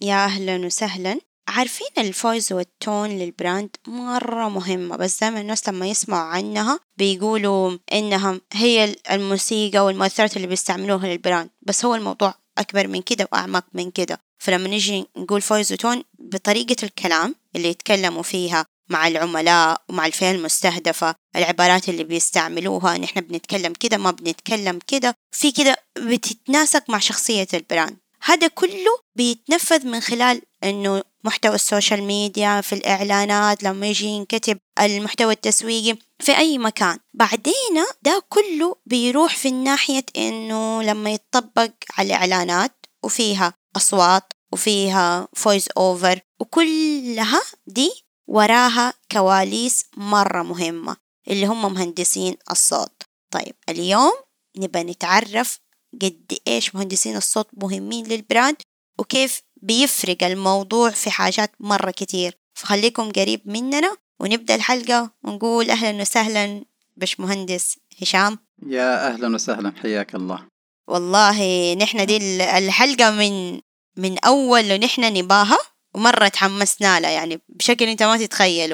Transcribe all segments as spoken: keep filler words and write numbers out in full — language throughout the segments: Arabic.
يا أهلا وسهلا. عارفين الفويس والتون للبراند مرة مهمة، بس دائما الناس لما يسمعوا عنها بيقولوا إنها هي الموسيقى والمؤثرات اللي بيستعملوها للبراند، بس هو الموضوع أكبر من كده وأعمق من كده. فلما نيجي نقول فويس وتون بطريقة الكلام اللي يتكلموا فيها مع العملاء ومع الفئة المستهدفة، العبارات اللي بيستعملوها، نحن بنتكلم كده ما بنتكلم كده، في كده بتتناسق مع شخصية البراند. هذا كله بيتنفذ من خلال إنه محتوى السوشيال ميديا، في الإعلانات، لما يجي ينكتب المحتوى التسويقي في أي مكان. بعدين ده كله بيروح في الناحية إنه لما يتطبق على الإعلانات وفيها أصوات وفيها فويس أوفر، وكلها دي وراها كواليس مرة مهمة اللي هم مهندسين الصوت. طيب اليوم نبقى نتعرف قد إيش مهندسين الصوت مهمين للبراند وكيف بيفرق الموضوع في حاجات مرة كتير. فخليكم قريب مننا ونبدأ الحلقة ونقول أهلا وسهلا باش مهندس هشام. يا أهلا وسهلا، حياك الله. والله نحن دي الحلقة من من أول ونحن نباها ومرة تحمسنا لها يعني بشكل أنت ما تتخيله،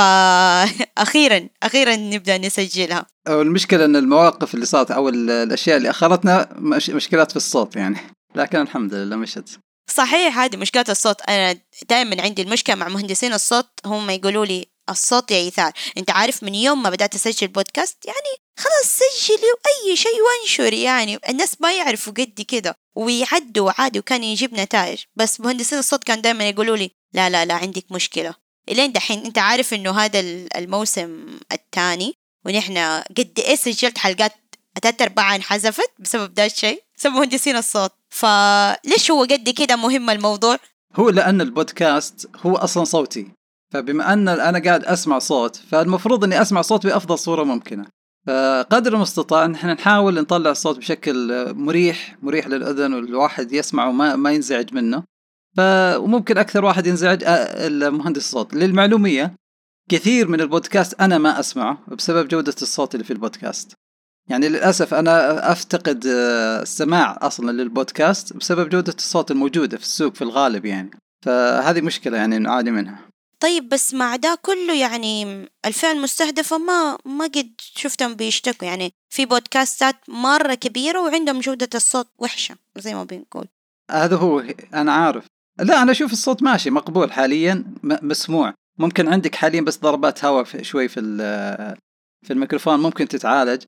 فأخيرا أخيرا نبدأ نسجلها. المشكلة أن المواقف اللي صارت أو الأشياء اللي أخرتنا مش مشكلات في الصوت يعني، لكن الحمد لله مشت. صحيح، هذه مشكلة الصوت. أنا دائما عندي المشكلة مع مهندسين الصوت، هم يقولوا لي الصوت يا إيثار. أنت عارف من يوم ما بدأت أسجل بودكاست يعني خلاص سجلي وأي شيء وانشر، يعني الناس ما يعرفوا قد كده ويعدوا عادي وكان يجيب نتائج. بس مهندسين الصوت كان دائما يقولوا لي لا لا لا عندك مشكلة. إلين دحين أنت عارف إنه هذا الموسم الثاني ونحن قد إيه سجلت حلقات أتات أربعة انحذفت بسبب ده الشيء، بسبب مهندسين الصوت. فليش هو قد كده مهم الموضوع؟ هو لأن البودكاست هو أصلا صوتي، فبما أن أنا قاعد أسمع صوت فالمفروض أني أسمع صوت بأفضل صورة ممكنة. فقدر المستطاع نحن نحاول نطلع الصوت بشكل مريح مريح للأذن والواحد يسمع وما ما ينزعج منه. فممكن أكثر واحد ينزعج المهندس الصوت. للمعلومية كثير من البودكاست أنا ما أسمعه بسبب جودة الصوت اللي في البودكاست. يعني للأسف أنا أفتقد السماع أصلا للبودكاست بسبب جودة الصوت الموجودة في السوق في الغالب يعني. فهذه مشكلة يعني نعاني منها. طيب بس مع ده كله يعني الفئة المستهدفة ما ما قد شفتهم بيشتكوا، يعني في بودكاستات مرة كبيرة وعندهم جودة الصوت وحشة زي ما بنقول. هذا هو، أنا عارف. لا أنا أشوف الصوت ماشي مقبول حاليا، مسموع. ممكن عندك حاليا بس ضربات هواء شوي في في الميكروفون ممكن تتعالج،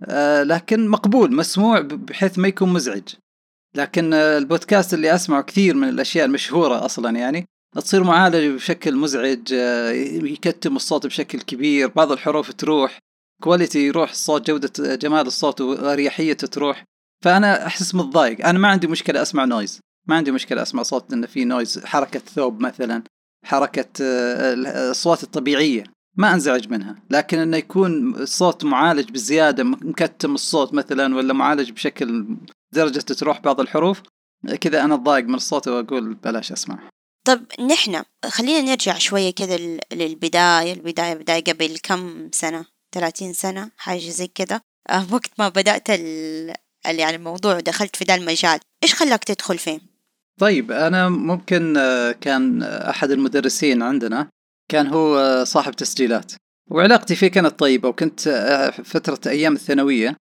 لكن مقبول مسموع بحيث ما يكون مزعج. لكن البودكاست اللي أسمعه كثير من الأشياء المشهورة أصلا يعني تصير معالجة بشكل مزعج، يكتم الصوت بشكل كبير، بعض الحروف تروح، كواليتي يروح الصوت، جودة جمال الصوت وأريحيته تروح. فأنا أحس متضايق. أنا ما عندي مشكلة أسمع نويز، ما عندي مشكلة أسمع صوت إنه في نويز، حركة ثوب مثلا، حركة الأصوات الطبيعية ما أنزعج منها. لكن إنه يكون الصوت معالج بزيادة، مكتم الصوت مثلا، ولا معالج بشكل درجة تروح بعض الحروف كذا، أنا أتضايق من الصوت وأقول بلاش أسمع. طب نحن خلينا نرجع شوية كده للبداية. البداية بداية قبل كم سنة؟ ثلاثين سنة حاجة زي كده. أه وقت ما بدأت ال... يعني الموضوع ودخلت في ده المجال، إيش خلاك تدخل فيه؟ طيب أنا ممكن كان أحد المدرسين عندنا كان هو صاحب تسجيلات، وعلاقتي فيه كانت طيبة، وكنت فترة أيام الثانوية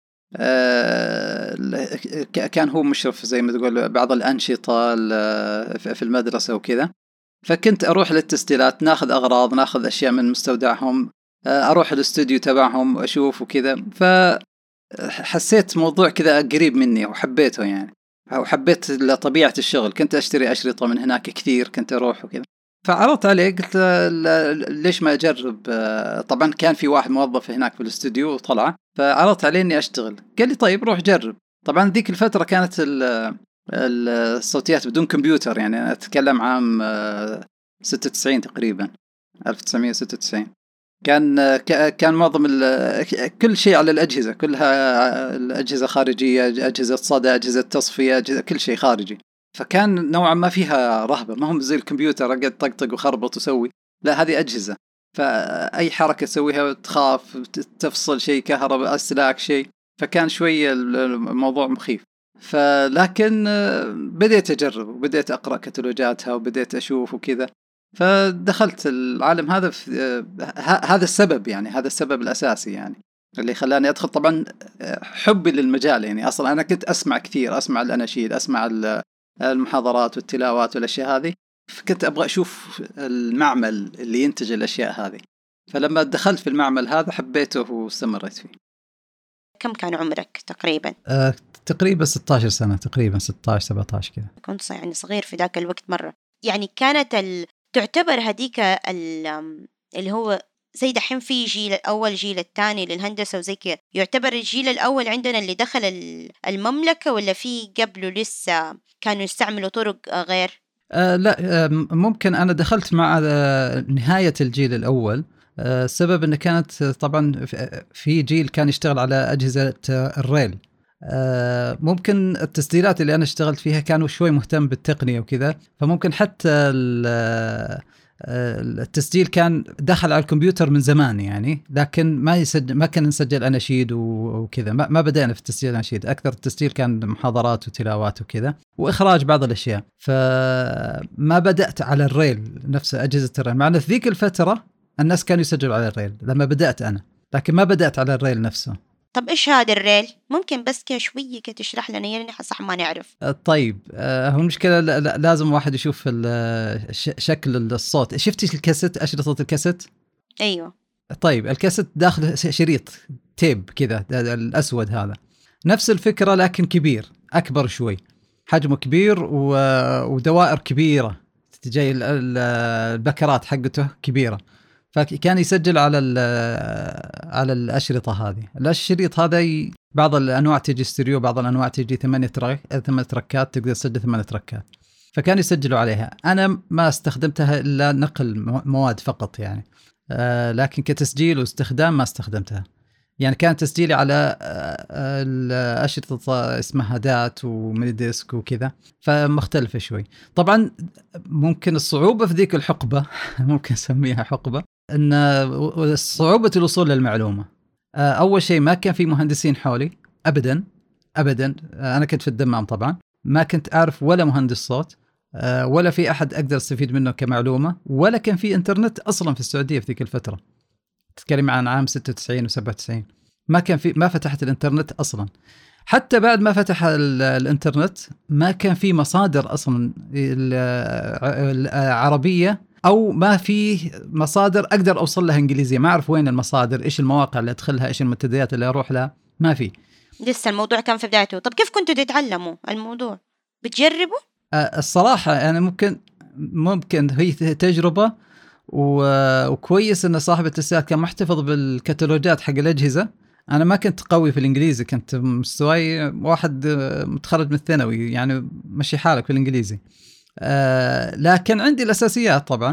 كان هو مشرف زي ما تقول بعض الأنشطة في المدرسة وكذا. فكنت أروح للتسجيلات، ناخذ أغراض، ناخذ أشياء من مستودعهم، أروح الاستوديو تبعهم وأشوف وكذا. فحسيت موضوع كذا قريب مني وحبيته يعني، وحبيت طبيعة الشغل. كنت أشتري أشرطة من هناك كثير، كنت أروح وكذا. فعرضت عليه قلت ليش ما أجرب. طبعا كان في واحد موظف هناك في الاستوديو وطلع، فعرضت عليه إني أشتغل. قال لي طيب روح جرب. طبعا ذيك الفترة كانت الصوتيات بدون كمبيوتر، يعني أنا أتكلم عام ستة وتسعين تقريبا، ألف وتسعمية وستة وتسعين. كان كان معظم كل شيء على الأجهزة كلها، الأجهزة خارجية، أجهزة صدى، أجهزة تصفية، أجهزة كل شيء خارجي. فكان نوعا ما فيها رهبة، ما هم زي الكمبيوتر أقعد طقطق وخربط وسوي، لا هذه أجهزة، فأي حركة تسويها تخاف تفصل شيء كهرباء، أسلاك شيء. فكان شوية الموضوع مخيف. فلكن بديت أجرب وبديت أقرأ كتالوجاتها وبديت أشوف وكذا، فدخلت العالم هذا في هذا السبب، يعني هذا السبب الأساسي يعني اللي خلاني أدخل. طبعا حبي للمجال، يعني أصلا أنا كنت أسمع كثير، أسمع الأناشيد، أسمع المحاضرات والتلاوات والأشياء هذه، فكنت أبغى أشوف المعمل اللي ينتج الأشياء هذه. فلما دخلت في المعمل هذا حبيته واستمريت فيه. كم كان عمرك تقريبا؟ أه تقريبا ستة عشر سنة، تقريبا ستة عشر سبعة عشر كذا. كنت يعني صغير في ذاك الوقت مرة. يعني كانت ال... تعتبر هديك ال... اللي هو زي دحين في جيل الأول جيل الثاني للهندسة وزي كذا، يعتبر الجيل الأول عندنا اللي دخل المملكة، ولا في قبله لسه كانوا يستعملوا طرق غير؟ أه لا، أه ممكن أنا دخلت مع نهاية الجيل الأول. أه سبب أنه كانت طبعا في جيل كان يشتغل على أجهزة الريل. أه ممكن التسجيلات اللي أنا اشتغلت فيها كانوا شوي مهتم بالتقنية وكذا، فممكن حتى التسجيل كان دخل على الكمبيوتر من زمان يعني، لكن ما يسجل، ما كان نسجل أناشيد وكذا، ما, ما بدأنا في التسجيل أناشيد، أكثر التسجيل كان محاضرات وتلاوات وكذا وإخراج بعض الأشياء. فما بدأت على الريل نفسه، أجهزة الريل، مع أن في ذيك الفترة الناس كانوا يسجلوا على الريل لما بدأت أنا، لكن ما بدأت على الريل نفسه. طب إيش هذا الريل؟ ممكن بس كده شوية كده تشرح لنا، يعني صح ما نعرف. طيب آه هو المشكلة لازم واحد يشوف شكل الصوت. شفتي الكاسيت، أشرطة الكاسيت؟ أيوة. طيب الكاسيت داخل شريط تيب كذا الأسود، هذا نفس الفكرة لكن كبير، أكبر شوي، حجمه كبير ودوائر كبيرة، تجي البكرات حقته كبيرة، فكان يسجل على على الأشرطة هذه. الشريط هذا ي... بعض الأنواع تيجي ستيريو، بعض الأنواع تيجي ثمانية تراك ثمانية تركات، تقدر تسجل ثمانية تركات، فكان يسجلوا عليها. أنا ما استخدمتها إلا نقل مواد فقط يعني، آه لكن كتسجيل واستخدام ما استخدمتها. يعني كان تسجيلي على الأشرطة اسمها دات وميني ديسك وكذا، فمختلفة شوي. طبعا ممكن الصعوبة في ذيك الحقبة ممكن نسميها حقبة، أن صعوبة الوصول للمعلومة. أول شيء ما كان في مهندسين حولي أبدا أبدا، أنا كنت في الدمام طبعا، ما كنت أعرف ولا مهندس صوت ولا في أحد أقدر استفيد منه كمعلومة، ولا كان في إنترنت أصلا في السعودية في ذيك الفترة، تتكلم عن عام ستة وتسعين وسبعة وتسعين، ما كان في، ما فتحت الإنترنت أصلا. حتى بعد ما فتح الإنترنت ما كان في مصادر أصلا عربية، أو ما في مصادر أقدر أوصل لها إنجليزية، ما أعرف وين المصادر، إيش المواقع اللي أدخلها، إيش المنتديات اللي أروح لها، ما في. لسه الموضوع كان في بدايته. طب كيف كنتوا تتعلموا الموضوع؟ بتجربوا؟ الصراحة يعني ممكن ممكن هي تجربة، وكويس أن صاحب التسجيلات كان محتفظ بالكتالوجات حق الأجهزة. أنا ما كنت قوي في الإنجليزي، كنت مستواي واحد متخرج من الثانوي يعني، مشي حالك في الإنجليزي، آه لكن عندي الأساسيات طبعا.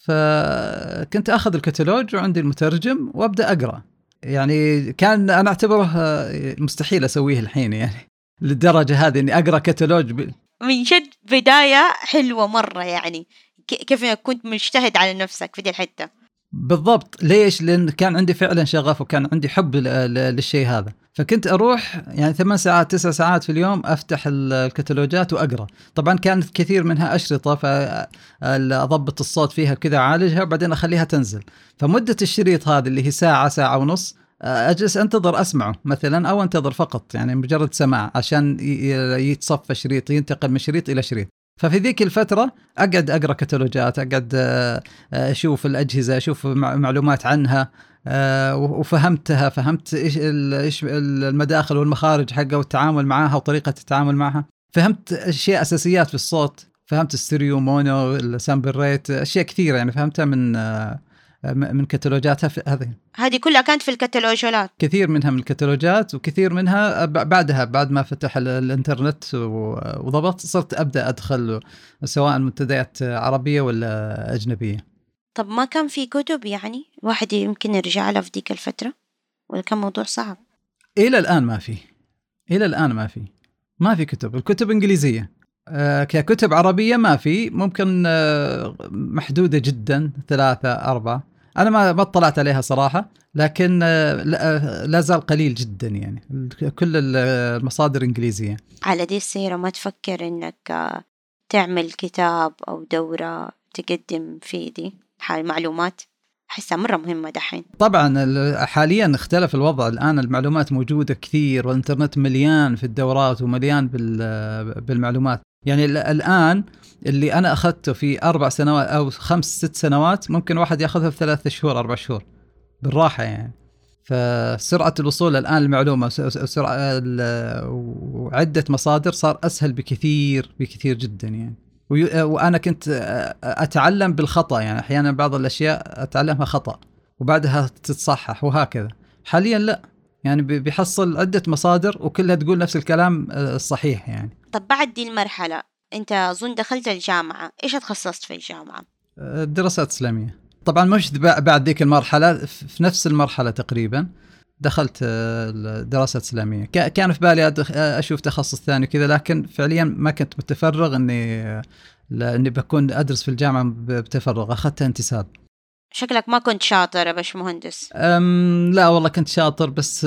فكنت أخذ الكتالوج وعندي المترجم وأبدأ أقرأ. يعني كان أنا أعتبره مستحيل أسويه الحين يعني، للدرجة هذه إني أقرأ كتالوج ب... من جد بداية حلوة مرة يعني. كيف كنت مجتهد على نفسك في دي الحتة؟ بالضبط. ليش؟ لأن كان عندي فعلا شغف وكان عندي حب للشيء هذا، فكنت أروح يعني ثمان ساعات تسع ساعات في اليوم أفتح الكتالوجات وأقرأ. طبعا كانت كثير منها أشرطة، فأضبط الصوت فيها كذا، أعالجها وبعدين أخليها تنزل. فمدة الشريط هذه اللي هي ساعة ساعة ونص أجلس أنتظر أسمعه مثلا، أو أنتظر فقط يعني مجرد سماع عشان يتصفى شريط، ينتقل من شريط إلى شريط. ففي ذيك الفترة أقعد أقرأ كتالوجات، أقعد أشوف الأجهزة، أشوف معلومات عنها، وفهمتها، فهمت إيش المداخل والمخارج حقها والتعامل معها وطريقة التعامل معها. فهمت أشياء أساسيات في الصوت، فهمت الستيريو مونو، السامبل ريت، أشياء كثيرة يعني فهمتها من من كتالوجاتها. هذه هذه كلها كانت في الكتالوجات، كثير منها من الكتالوجات، وكثير منها بعدها بعد ما فتح الانترنت وضبط صرت أبدأ أدخل سواء منتديات عربية ولا أجنبية. طب ما كان في كتب يعني واحد يمكن يرجع له في ديك الفترة، ولا كان موضوع صعب؟ إلى الآن ما في، إلى الآن ما في ما في كتب. الكتب إنجليزية، آه ككتب عربية ما في، ممكن آه محدودة جدا، ثلاثة أربعة. أنا ما ما اطلعت عليها صراحة، لكن لا زال قليل جدا يعني، كل المصادر إنجليزية. على دي السيرة ما تفكر إنك تعمل كتاب أو دورة تقدم في دي حال معلومات؟ حسها مرة مهمة دحين. طبعا حاليا اختلف الوضع، الآن المعلومات موجودة كثير، والإنترنت مليان في الدورات ومليان بالمعلومات. يعني الآن اللي أنا أخذته في أربع سنوات أو خمس ست سنوات ممكن واحد يأخذها في ثلاثة شهور أربع شهور بالراحة يعني. فسرعة الوصول الآن المعلومة سرعة وعدة مصادر صار أسهل بكثير بكثير جدا يعني. وأنا كنت أتعلم بالخطأ، يعني أحيانا بعض الأشياء أتعلمها خطأ وبعدها تتصحح وهكذا. حاليا لا، يعني بيحصل عدة مصادر وكلها تقول نفس الكلام الصحيح يعني. طب بعد دي المرحلة أنت أظن دخلت الجامعة، إيش تخصصت في الجامعة؟ دراسات إسلامية. طبعا مش بعد ذيك المرحلة، في نفس المرحلة تقريبا دخلت دراسات إسلامية. كان في بالي أشوف تخصص ثاني كذا، لكن فعليا ما كنت متفرغ إني لأني بكون أدرس في الجامعة بتفرغ، أخذتها انتساب. شكلك ما كنت شاطر يا باش مهندس. أم لا والله كنت شاطر، بس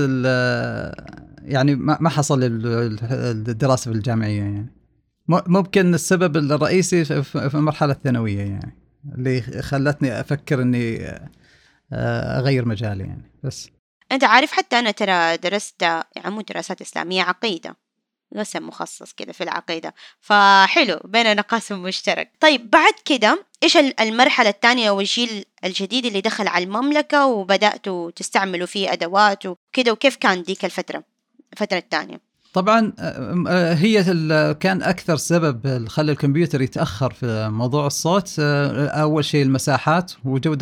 يعني ما حصل الدراسة في الجامعية يعني. ممكن السبب الرئيسي في المرحلة الثانوية يعني اللي خلتني أفكر إني أغير مجالي يعني. بس أنت عارف حتى أنا ترى درست يعني مو دراسات إسلامية، عقيدة، قسم مخصص كده في العقيدة، فحلو بيننا قاسم مشترك. طيب بعد كده إيش المرحلة الثانية والجيل الجديد اللي دخل على المملكة وبدأتوا تستعملوا فيه أدوات وكده، وكيف كان ديك الفترة الفترة الثانية؟ طبعا هي كان أكثر سبب خلى الكمبيوتر يتأخر في موضوع الصوت أول شيء المساحات وجودة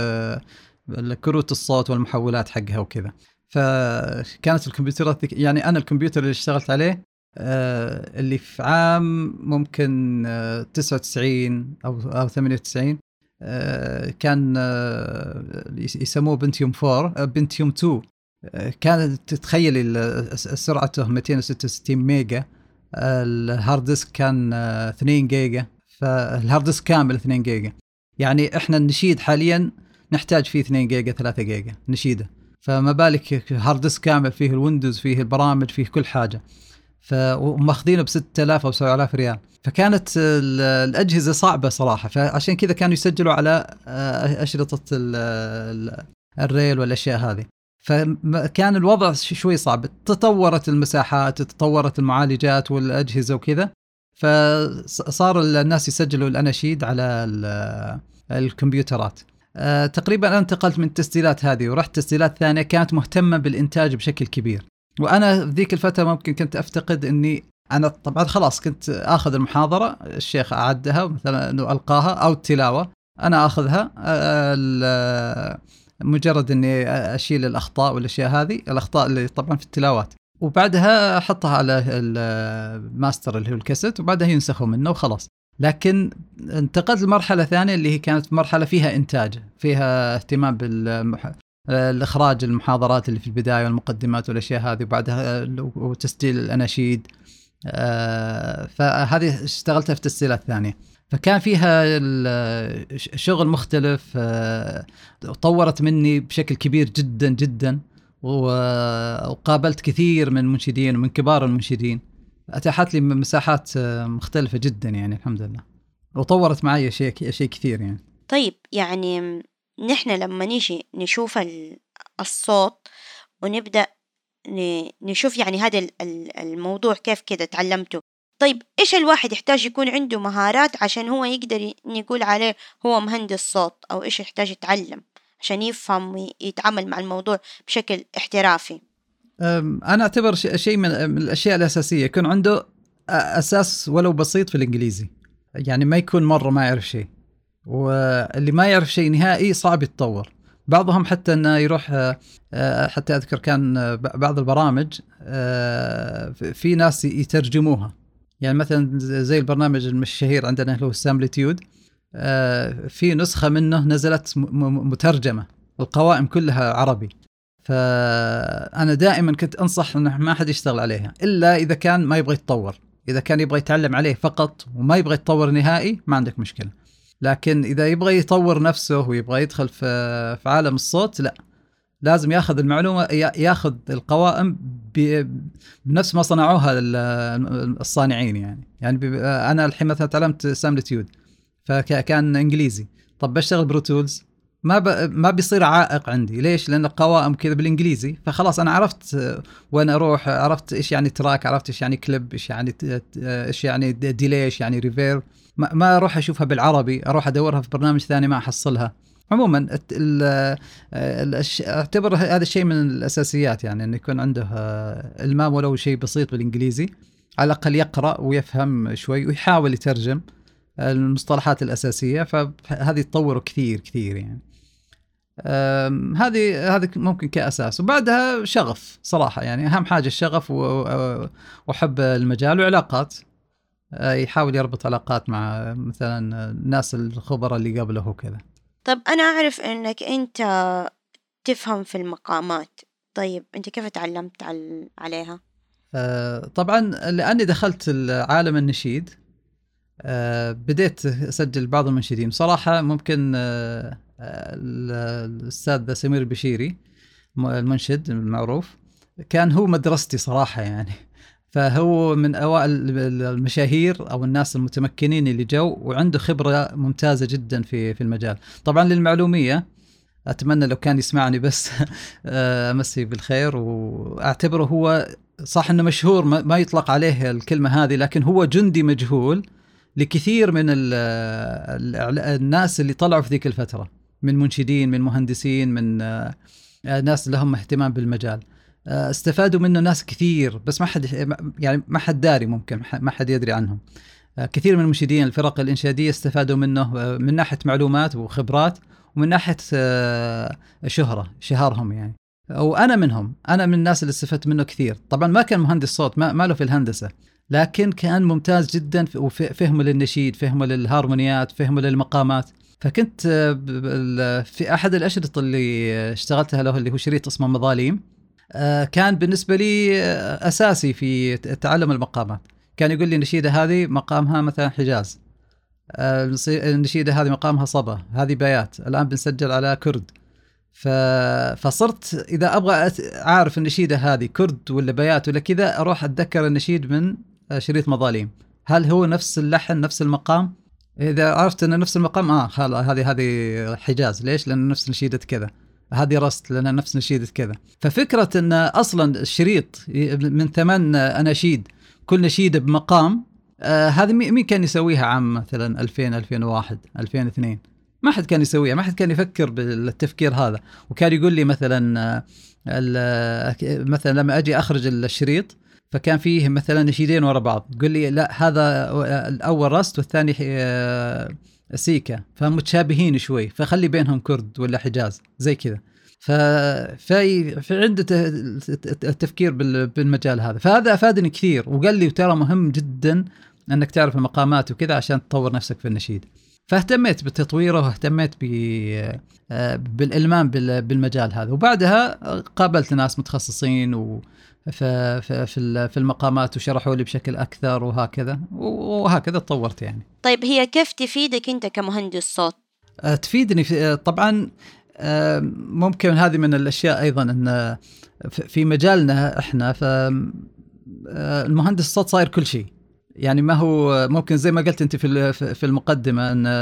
كروت الصوت والمحولات حقها وكذا. فكانت الكمبيوترات يعني أنا الكمبيوتر اللي اشتغلت عليه اللي في عام ممكن تسعة وتسعين أو أو ثمانية وتسعين كان يسموه بنتيوم فور بنتيوم تو. كانت تتخيل سرعته مئتين وستة وستين ميجا، الهارد ديسك كان اثنين جيجا، فالهارد ديسك كامل اثنين جيجا. يعني احنا النشيد حاليا نحتاج فيه اثنين جيجا ثلاثة جيجا نشيده، فما بالك هارد ديسك كامل فيه الويندوز فيه البرامج فيه كل حاجة، فماخذينه بستة آلاف أو سبعة آلاف ريال. فكانت الأجهزة صعبة صراحة، فعشان كذا كانوا يسجلوا على أشرطة الريل والأشياء هذه. فكان الوضع شوي صعب، تطورت المساحات تطورت المعالجات والأجهزة وكذا، فصار الناس يسجلوا الأناشيد على الكمبيوترات. أه تقريبا أنا انتقلت من التسجيلات هذه ورحت تسجيلات ثانية كانت مهتمة بالإنتاج بشكل كبير. وأنا في ذيك الفترة ممكن كنت أفتقد أني أنا طبعا خلاص كنت أخذ المحاضرة الشيخ أعدها مثلا أنه ألقاها أو التلاوة أنا أخذها، أه مجرد أني أشيل الأخطاء والأشياء هذه الأخطاء اللي طبعا في التلاوات، وبعدها أحطها على الماستر اللي هو الكاسيت وبعدها ينسخوا منه وخلاص. لكن انتقلت لمرحلة ثانية اللي هي كانت مرحلة فيها إنتاج، فيها اهتمام بالإخراج المحاضرات اللي في البداية والمقدمات والأشياء هذه، وبعدها وتسجيل الأناشيد. فهذه اشتغلتها في تسجيلات ثانية، فكان فيها شغل مختلف، طورت مني بشكل كبير جدا جدا، وقابلت كثير من المنشدين ومن كبار المنشدين، أتاحت لي مساحات مختلفة جدا يعني الحمد لله، وطورت معي شيء شيء كثير يعني. طيب يعني نحن لما نيجي نشوف الصوت ونبدأ نشوف يعني هذا الموضوع كيف كده تعلمته، طيب إيش الواحد يحتاج يكون عنده مهارات عشان هو يقدر نقول عليه هو مهندس صوت، أو إيش يحتاج يتعلم عشان يفهم ويتعامل مع الموضوع بشكل احترافي؟ أنا أعتبر شيء من الأشياء الأساسية يكون عنده أساس ولو بسيط في الإنجليزي، يعني ما يكون مرة ما يعرف شيء، واللي ما يعرف شيء نهائي صعب يتطور. بعضهم حتى أنه يروح، حتى أذكر كان بعض البرامج في ناس يترجموها، يعني مثلا زي البرنامج الشهير عندنا اللي هو سامبليتيود، في نسخة منه نزلت مترجمة القوائم كلها عربي. فأنا دائما كنت أنصح أنه ما حد يشتغل عليها إلا إذا كان ما يبغى يتطور، إذا كان يبغى يتعلم عليه فقط وما يبغى يتطور نهائي ما عندك مشكلة. لكن إذا يبغى يطور نفسه ويبغى يدخل في في عالم الصوت، لا، لازم ياخذ المعلومة، ياخذ القوائم بنفس ما صنعوها الصانعين. يعني يعني أنا الحين مثلا تعلمت سامبلتيود فكان إنجليزي، طب بشتغل بروتولز ما ب... ما بيصير عائق عندي. ليش؟ لأن القوائم كذا بالإنجليزي، فخلاص أنا عرفت وأنا أروح، عرفت إيش يعني تراك، عرفت إيش يعني كليب، إيش يعني إيش يعني ديلي، إيش يعني ريفير. ما... ما أروح أشوفها بالعربي، أروح أدورها في برنامج ثاني ما أحصلها. عموما ال... ال... أعتبر هذا الشيء من الأساسيات، يعني أن يكون عنده المام ولو شيء بسيط بالإنجليزي، على الأقل يقرأ ويفهم شوي ويحاول يترجم المصطلحات الأساسية. فهذه تطوره كثير كثير يعني. هذه هذه ممكن كأساس، وبعدها شغف صراحة. يعني أهم حاجة الشغف وحب المجال وعلاقات، يحاول يربط علاقات مع مثلا الناس الخبراء اللي قبله وكذا. طب أنا أعرف أنك أنت تفهم في المقامات، طيب أنت كيف تعلمت عليها؟ طبعا لأني دخلت عالم النشيد، بديت أسجل بعض المنشدين صراحة. ممكن الأستاذ سمير البشيري المنشد المعروف كان هو مدرستي صراحة يعني. فهو من أوائل المشاهير أو الناس المتمكنين اللي جو، وعنده خبرة ممتازة جدا في في المجال. طبعا للمعلومية، أتمنى لو كان يسمعني بس أمسي بالخير، وأعتبره هو صح أنه مشهور، ما يطلق عليه الكلمة هذه، لكن هو جندي مجهول لكثير من الناس اللي طلعوا في ذيك الفترة، من منشدين، من مهندسين، من ناس لهم اهتمام بالمجال. استفادوا منه ناس كثير، بس ما حد يعني ما حد داري، ممكن ما حد يدري عنهم. كثير من المنشدين الفرق الإنشادية استفادوا منه من ناحية معلومات وخبرات، ومن ناحية شهرة شهارهم يعني. وأنا منهم، أنا من الناس اللي استفدت منه كثير. طبعا ما كان مهندس صوت، ما, ما له في الهندسة، لكن كان ممتاز جدا، وفهمه للنشيد، فهمه للهارمونيات، فهمه للمقامات. فكنت في أحد الأشرطة اللي اشتغلتها له، اللي هو شريط اسمه مظاليم، كان بالنسبة لي أساسي في تعلم المقامات. كان يقول لي النشيدة هذه مقامها مثلا حجاز، النشيدة هذه مقامها صبا، هذه بيات، الآن بنسجل على كرد. فصرت إذا أبغى أعرف النشيدة هذه كرد ولا بيات ولا كذا، أروح أتذكر النشيد من شريط مظاليم، هل هو نفس اللحن نفس المقام؟ إذا عرفت أن نفس المقام، آه هذه هذه حجاز. ليش؟ لأن نفس نشيدة كذا. هذه رست لأن نفس نشيدة كذا. ففكرة أن أصلا الشريط من ثمان أناشيد كل نشيدة بمقام، آه هذه مين كان يسويها عام مثلا ألفين ألفين وواحد ألفين واثنين؟ ما حد كان يسويها، ما حد كان يفكر بالتفكير هذا. وكان يقول لي مثلا مثلا لما أجي أخرج الشريط، فكان فيه مثلا نشيدين ورا بعض، يقول لي لا، هذا الأول رست والثاني سيكا، فمتشابهين شوي، فخلي بينهم كرد ولا حجاز زي كذا. ففي في عنده التفكير بالمجال هذا، فهذا أفادني كثير. وقال لي ترى مهم جدا أنك تعرف المقامات وكذا عشان تطور نفسك في النشيد. فاهتميت بتطويره، واهتميت بالإلمام بالمجال هذا. وبعدها قابلت ناس متخصصين و في في المقامات، وشرحوا لي بشكل أكثر، وهكذا وهكذا تطورت يعني. طيب هي كيف تفيدك أنت كمهندس صوت؟ تفيدني في طبعا ممكن هذه من الأشياء أيضا، أن في مجالنا إحنا فالمهندس الصوت صاير كل شيء. يعني ما هو ممكن زي ما قلت أنت في في المقدمة أن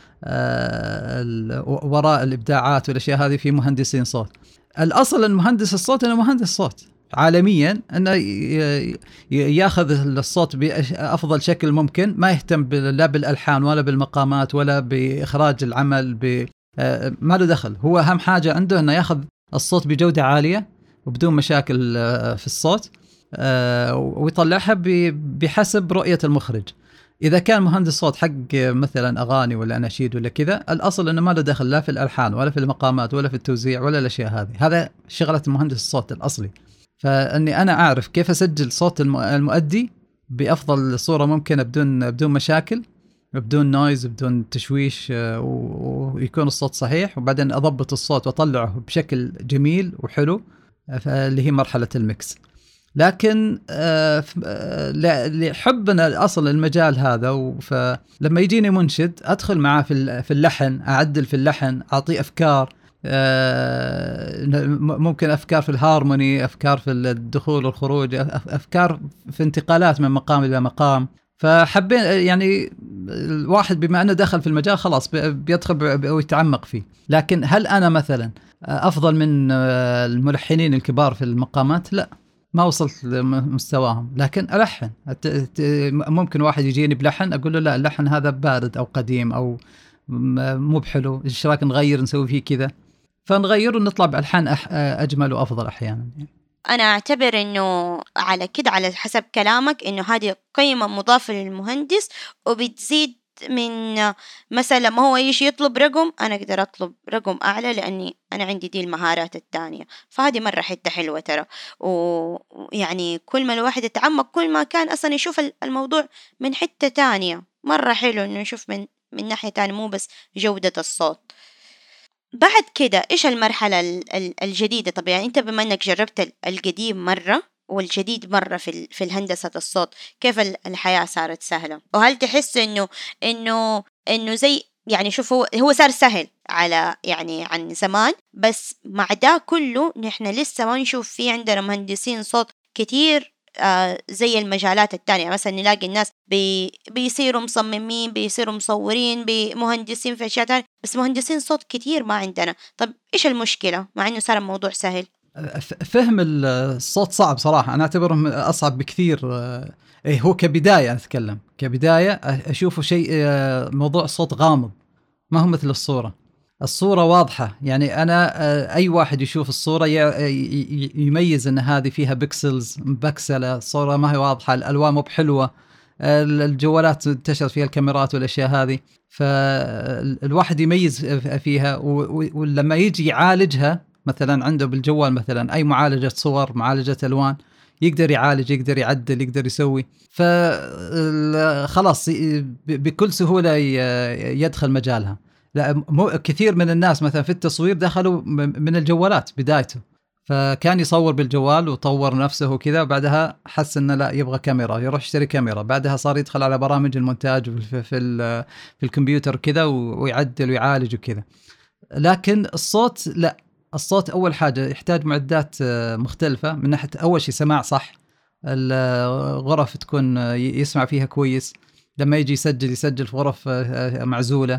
وراء الإبداعات والأشياء هذه في مهندسين صوت. الأصل أن مهندس الصوت أنه مهندس صوت عالميا، أنه يأخذ الصوت بأفضل شكل ممكن، ما يهتم لا بالألحان ولا بالمقامات ولا بإخراج العمل، ما له دخل. هو أهم حاجة عنده أنه يأخذ الصوت بجودة عالية وبدون مشاكل في الصوت، ويطلعها بحسب رؤية المخرج. إذا كان مهندس صوت حق مثلا أغاني ولا أناشيد ولا كذا، الأصل أنه ما له دخل لا في الألحان ولا في المقامات ولا في التوزيع ولا الأشياء هذه. هذا شغلة مهندس الصوت الأصلي. فأني أنا أعرف كيف أسجل صوت المؤدي بأفضل صورة ممكنة، بدون بدون مشاكل، بدون نويز، بدون تشويش، ويكون الصوت صحيح، وبعدين أضبط الصوت وأطلعه بشكل جميل وحلو، اللي هي مرحلة الميكس. لكن آه لحبنا أصل المجال هذا، فلما يجيني منشد أدخل معاه في في اللحن، أعدل في اللحن، أعطيه أفكار، ممكن أفكار في الهارموني، أفكار في الدخول والخروج، أفكار في انتقالات من مقام إلى مقام. فحبين يعني الواحد بما أنه دخل في المجال خلاص بيدخل ويتعمق فيه. لكن هل أنا مثلا أفضل من الملحنين الكبار في المقامات؟ لا، ما وصلت لمستواهم، لكن ألحن. ممكن واحد يجيني بلحن أقول له لا، اللحن هذا بارد أو قديم أو مو بحلو، إيش رأيك نغير نسوي فيه كذا، فنغير ونطلع بألحان أجمل وأفضل أحيانا. أنا أعتبر إنه على كده، على حسب كلامك، إنه هذه قيمة مضافة للمهندس وبتزيد من مثلا ما هو يجي يطلب رقم، أنا أقدر أطلب رقم أعلى لأني أنا عندي دي المهارات التانية. فهذه مرة حتة حلوة ترى. ويعني كل ما الواحد يتعمق كل ما كان أصلا يشوف الموضوع من حتة تانية. مرة حلو إنه يشوف من من ناحية تانية، مو بس جودة الصوت. بعد كده إيش المرحلة الجديدة؟ طب يعني أنت بما أنك جربت القديم مرة والجديد مرة في في الهندسة الصوت، كيف الحياة صارت سهلة؟ وهل تحس إنه إنه إنه زي يعني شوف، هو هو صار سهل على يعني عن زمان، بس مع ده كله نحن لسه ما نشوف فيه عندنا مهندسين صوت كتير آه زي المجالات التانية. مثلا نلاقي الناس بي بيصيروا مصممين، بيصيروا مصورين، بمهندسين في أشياء تانية، بس مهندسين صوت كتير ما عندنا. طب إيش المشكلة مع إنه صار الموضوع سهل؟ فهم الصوت صعب صراحة، أنا أعتبره أصعب بكثير. إيه هو كبداية، أنا أتكلم كبداية أشوفه شيء، موضوع الصوت غامض، ما هو مثل الصورة. الصورة واضحة، يعني أنا أي واحد يشوف الصورة يميز أن هذه فيها بيكسلز مبكسلة، الصورة ما هي واضحة، الألوان مو بحلوة، الجوالات انتشرت فيها الكاميرات والأشياء هذه، فالواحد يميز فيها. ولما يجي يعالجها مثلا عنده بالجوال مثلا أي معالجة صور، معالجة ألوان، يقدر يعالج، يقدر يعدل، يقدر يسوي، فخلاص بكل سهولة يدخل مجالها. لا، كثير من الناس مثلا في التصوير دخلوا من الجوالات بدايته، فكان يصور بالجوال وطور نفسه وكذا، وبعدها حس انه لا يبغى كاميرا، يروح يشتري كاميرا، بعدها صار يدخل على برامج المونتاج في في, في الكمبيوتر كذا ويعدل ويعالج وكذا. لكن الصوت لا، الصوت اول حاجه يحتاج معدات مختلفه، من ناحيه اول شيء سماع صح، الغرف تكون يسمع فيها كويس، لما يجي يسجل يسجل في غرف معزوله،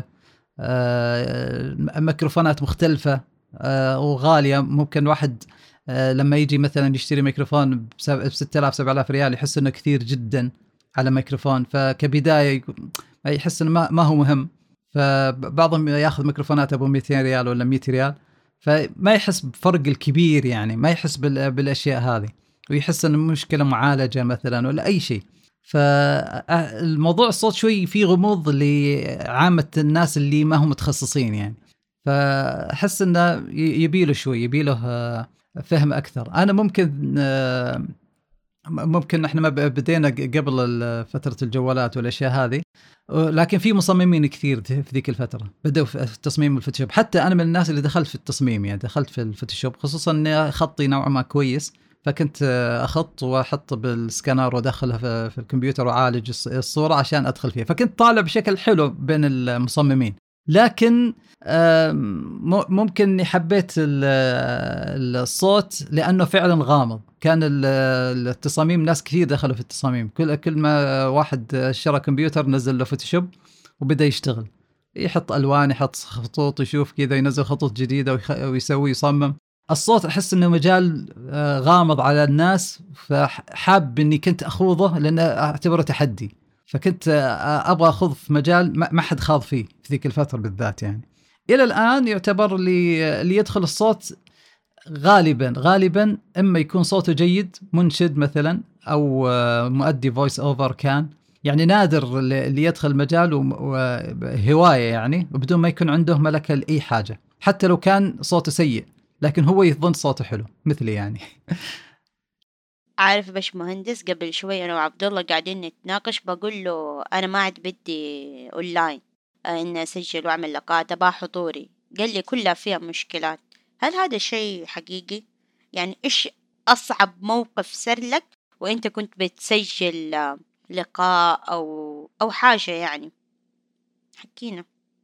ميكروفونات مختلفة وغالية. ممكن واحد لما يجي مثلا يشتري ميكروفون بستة آلاف سبعة آلاف ريال يحس انه كثير جدا على ميكروفون، فكبداية يحس انه ما, ما هو مهم، فبعضهم ياخذ ميكروفونات ابو مئتين ريال ولا مئة ريال، فما يحس بفرق الكبير، يعني ما يحس بالاشياء هذه، ويحس انه مشكلة معالجة مثلا ولا اي شيء. فالموضوع الصوت شوي فيه غموض لعامة الناس اللي ما هم متخصصين يعني، فأحس إنه يبيله شوي، يبيله فهم أكثر. أنا ممكن ممكن إحنا ما بدينا قبل فترة الجوالات والأشياء هذه، لكن في مصممين كثير في ذيك الفترة بدأوا في تصميم الفوتوشوب. حتى أنا من الناس اللي دخلت في التصميم، يعني دخلت في الفوتوشوب خصوصا إن خطي نوعا ما كويس، فكنت أخط وأحط بالسكانر وأدخلها في الكمبيوتر وأعالج الصورة عشان أدخل فيها، فكنت طالع بشكل حلو بين المصممين. لكن ممكن حبيت الصوت لأنه فعلا غامض، كان التصاميم ناس كثير دخلوا في التصاميم، كل كل ما واحد اشترى كمبيوتر نزل له فوتوشوب وبدأ يشتغل، يحط ألوان، يحط خطوط، يشوف كذا، ينزل خطوط جديدة ويسوي يصمم. الصوت أحس إنه مجال غامض على الناس، فحاب إني كنت أخوضه لأنه أعتبره تحدي، فكنت أبغى أخوض في مجال ما حد خاض فيه في ذيك الفترة بالذات. يعني إلى الآن يعتبر اللي اللي يدخل الصوت غالبا غالبا إما يكون صوته جيد، منشد مثلا، أو مؤدي فويس أوفر، كان يعني نادر اللي يدخل مجال وهواية يعني وبدون ما يكون عنده ملكة لأي حاجة، حتى لو كان صوته سيء لكن هو يظن صوته حلو مثلي يعني. عارف باش مهندس، قبل شوي أنا وعبد الله قاعدين نتناقش، بقول له أنا ما عاد بدي أونلاين إن أسجل وأعمل لقاءات، أبغى حضوري. قال لي كلها فيها مشكلات. هل هذا الشيء حقيقي؟ يعني إيش أصعب موقف صار لك وأنت كنت بتسجل لقاء أو أو حاجة يعني، حكينا.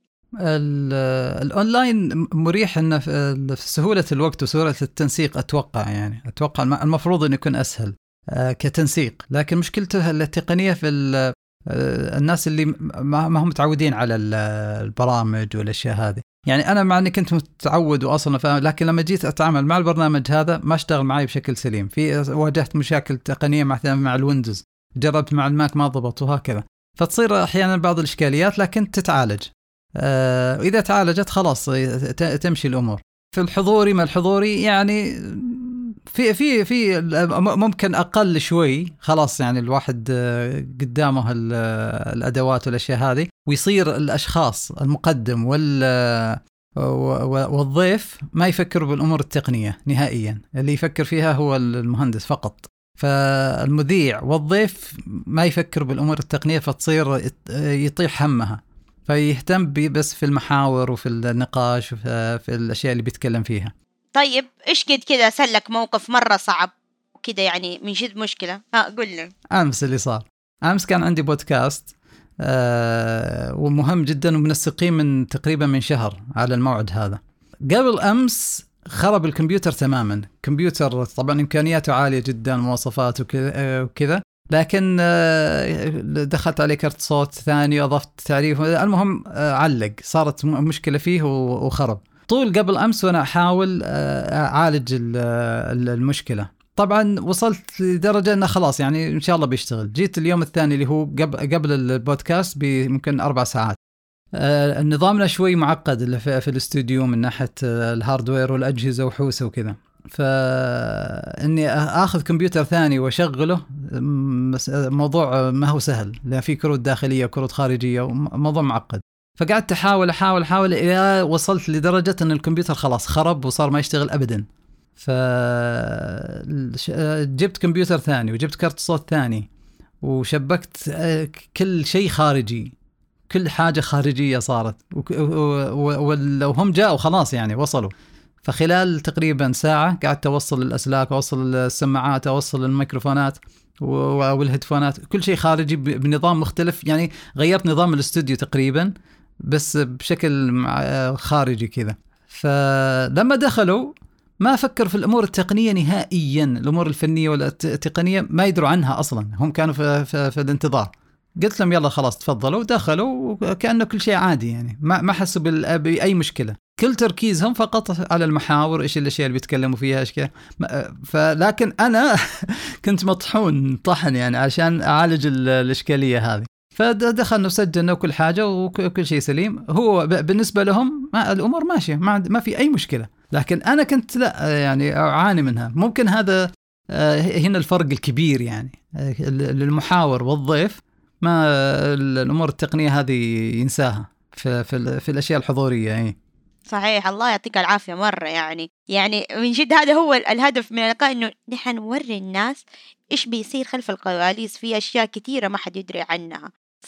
الأونلاين مريح إنه في سهولة الوقت وسهولة التنسيق. أتوقع يعني أتوقع المفروض إنه يكون أسهل كتنسيق، لكن مشكلته التقنية في الناس اللي ما هم متعودين على البرامج والأشياء هذه. يعني أنا مع أني كنت متعود وأصلا فاهم، لكن لما جيت أتعامل مع البرنامج هذا ما اشتغل معي بشكل سليم. في واجهت مشاكل تقنية مثلا مع الويندوز، جربت مع الماك ما ضبط وهكذا. فتصير أحيانا بعض الإشكاليات لكن تتعالج. آه إذا تعالجت خلاص تمشي الأمور. في الحضوري ما الحضوري يعني في في في ممكن أقل شوي، خلاص يعني الواحد قدامه الأدوات والأشياء هذه، ويصير الأشخاص المقدم وال والضيف ما يفكر بالأمور التقنية نهائيا، اللي يفكر فيها هو المهندس فقط. فالمذيع والضيف ما يفكر بالأمور التقنية، فتصير يطيح همها، فيهتم بس في المحاور وفي النقاش وفي الأشياء اللي بيتكلم فيها. طيب إيش قد كده سلك موقف مرة صعب كده يعني من جد مشكلة؟ ها قل لي. أمس اللي صار، أمس كان عندي بودكاست آه ومهم جدا ومنسقين من تقريبا من شهر على الموعد هذا. قبل أمس خرب الكمبيوتر تماما. كمبيوتر طبعا إمكانياته عالية جدا، مواصفات وكذا، لكن دخلت عليه كرت صوت ثاني، أضفت تعريف، المهم علق، صارت مشكلة فيه وخرب. طول قبل أمس وأنا أحاول أعالج المشكلة. طبعا وصلت لدرجة أنه خلاص يعني إن شاء الله بيشتغل. جيت اليوم الثاني اللي هو قبل البودكاست بممكن أربع ساعات. نظامنا شوي معقد في الاستوديو من ناحية الهاردوير والأجهزة وحوسة وكذا، فإني أخذ كمبيوتر ثاني وأشغله موضوع ما هو سهل، لأن في كروت داخلية وكروت خارجية وموضوع معقد. فقعدت أحاول أحاول أحاول إلى وصلت لدرجة أن الكمبيوتر خلاص خرب وصار ما يشتغل أبدا. فجبت كمبيوتر ثاني وجبت كرت صوت ثاني وشبكت كل شيء خارجي، كل حاجة خارجية صارت، وهم جاءوا خلاص يعني وصلوا. فخلال تقريبا ساعة قعدت أوصل الأسلاك، أوصل السماعات، أوصل الميكروفونات والهيدفونات، كل شيء خارجي بنظام مختلف. يعني غيرت نظام الاستوديو تقريبا بس بشكل خارجي كذا. فلما دخلوا ما فكر في الأمور التقنية نهائيا، الأمور الفنية والتقنية ما يدروا عنها أصلا، هم كانوا في, في, في الانتظار. قلت لهم يلا خلاص تفضلوا، دخلوا وكأنه كل شيء عادي، يعني ما ما حسوا بأي مشكلة. كل تركيزهم فقط على المحاور، إيش الأشياء اللي بيتكلموا فيها إيش كذا. فلكن أنا كنت مطحون طحن يعني عشان أعالج الإشكالية هذه. فدخلنا وسجلنا وكل حاجة وكل شيء سليم. هو بالنسبة لهم ما الأمور ماشية، ما ما في أي مشكلة، لكن أنا كنت لا يعني أعاني منها. ممكن هذا هنا الفرق الكبير، يعني للمحاور والضيف ما الأمور التقنية هذه ينساها في في, في الأشياء الحضورية. يعني صحيح، الله يعطيك العافية مرة. يعني يعني من جد هذا هو الهدف من اللقاء، إنه نحن نوري الناس إيش بيصير خلف الكواليس، في أشياء كثيرة ما حد يدري عنها.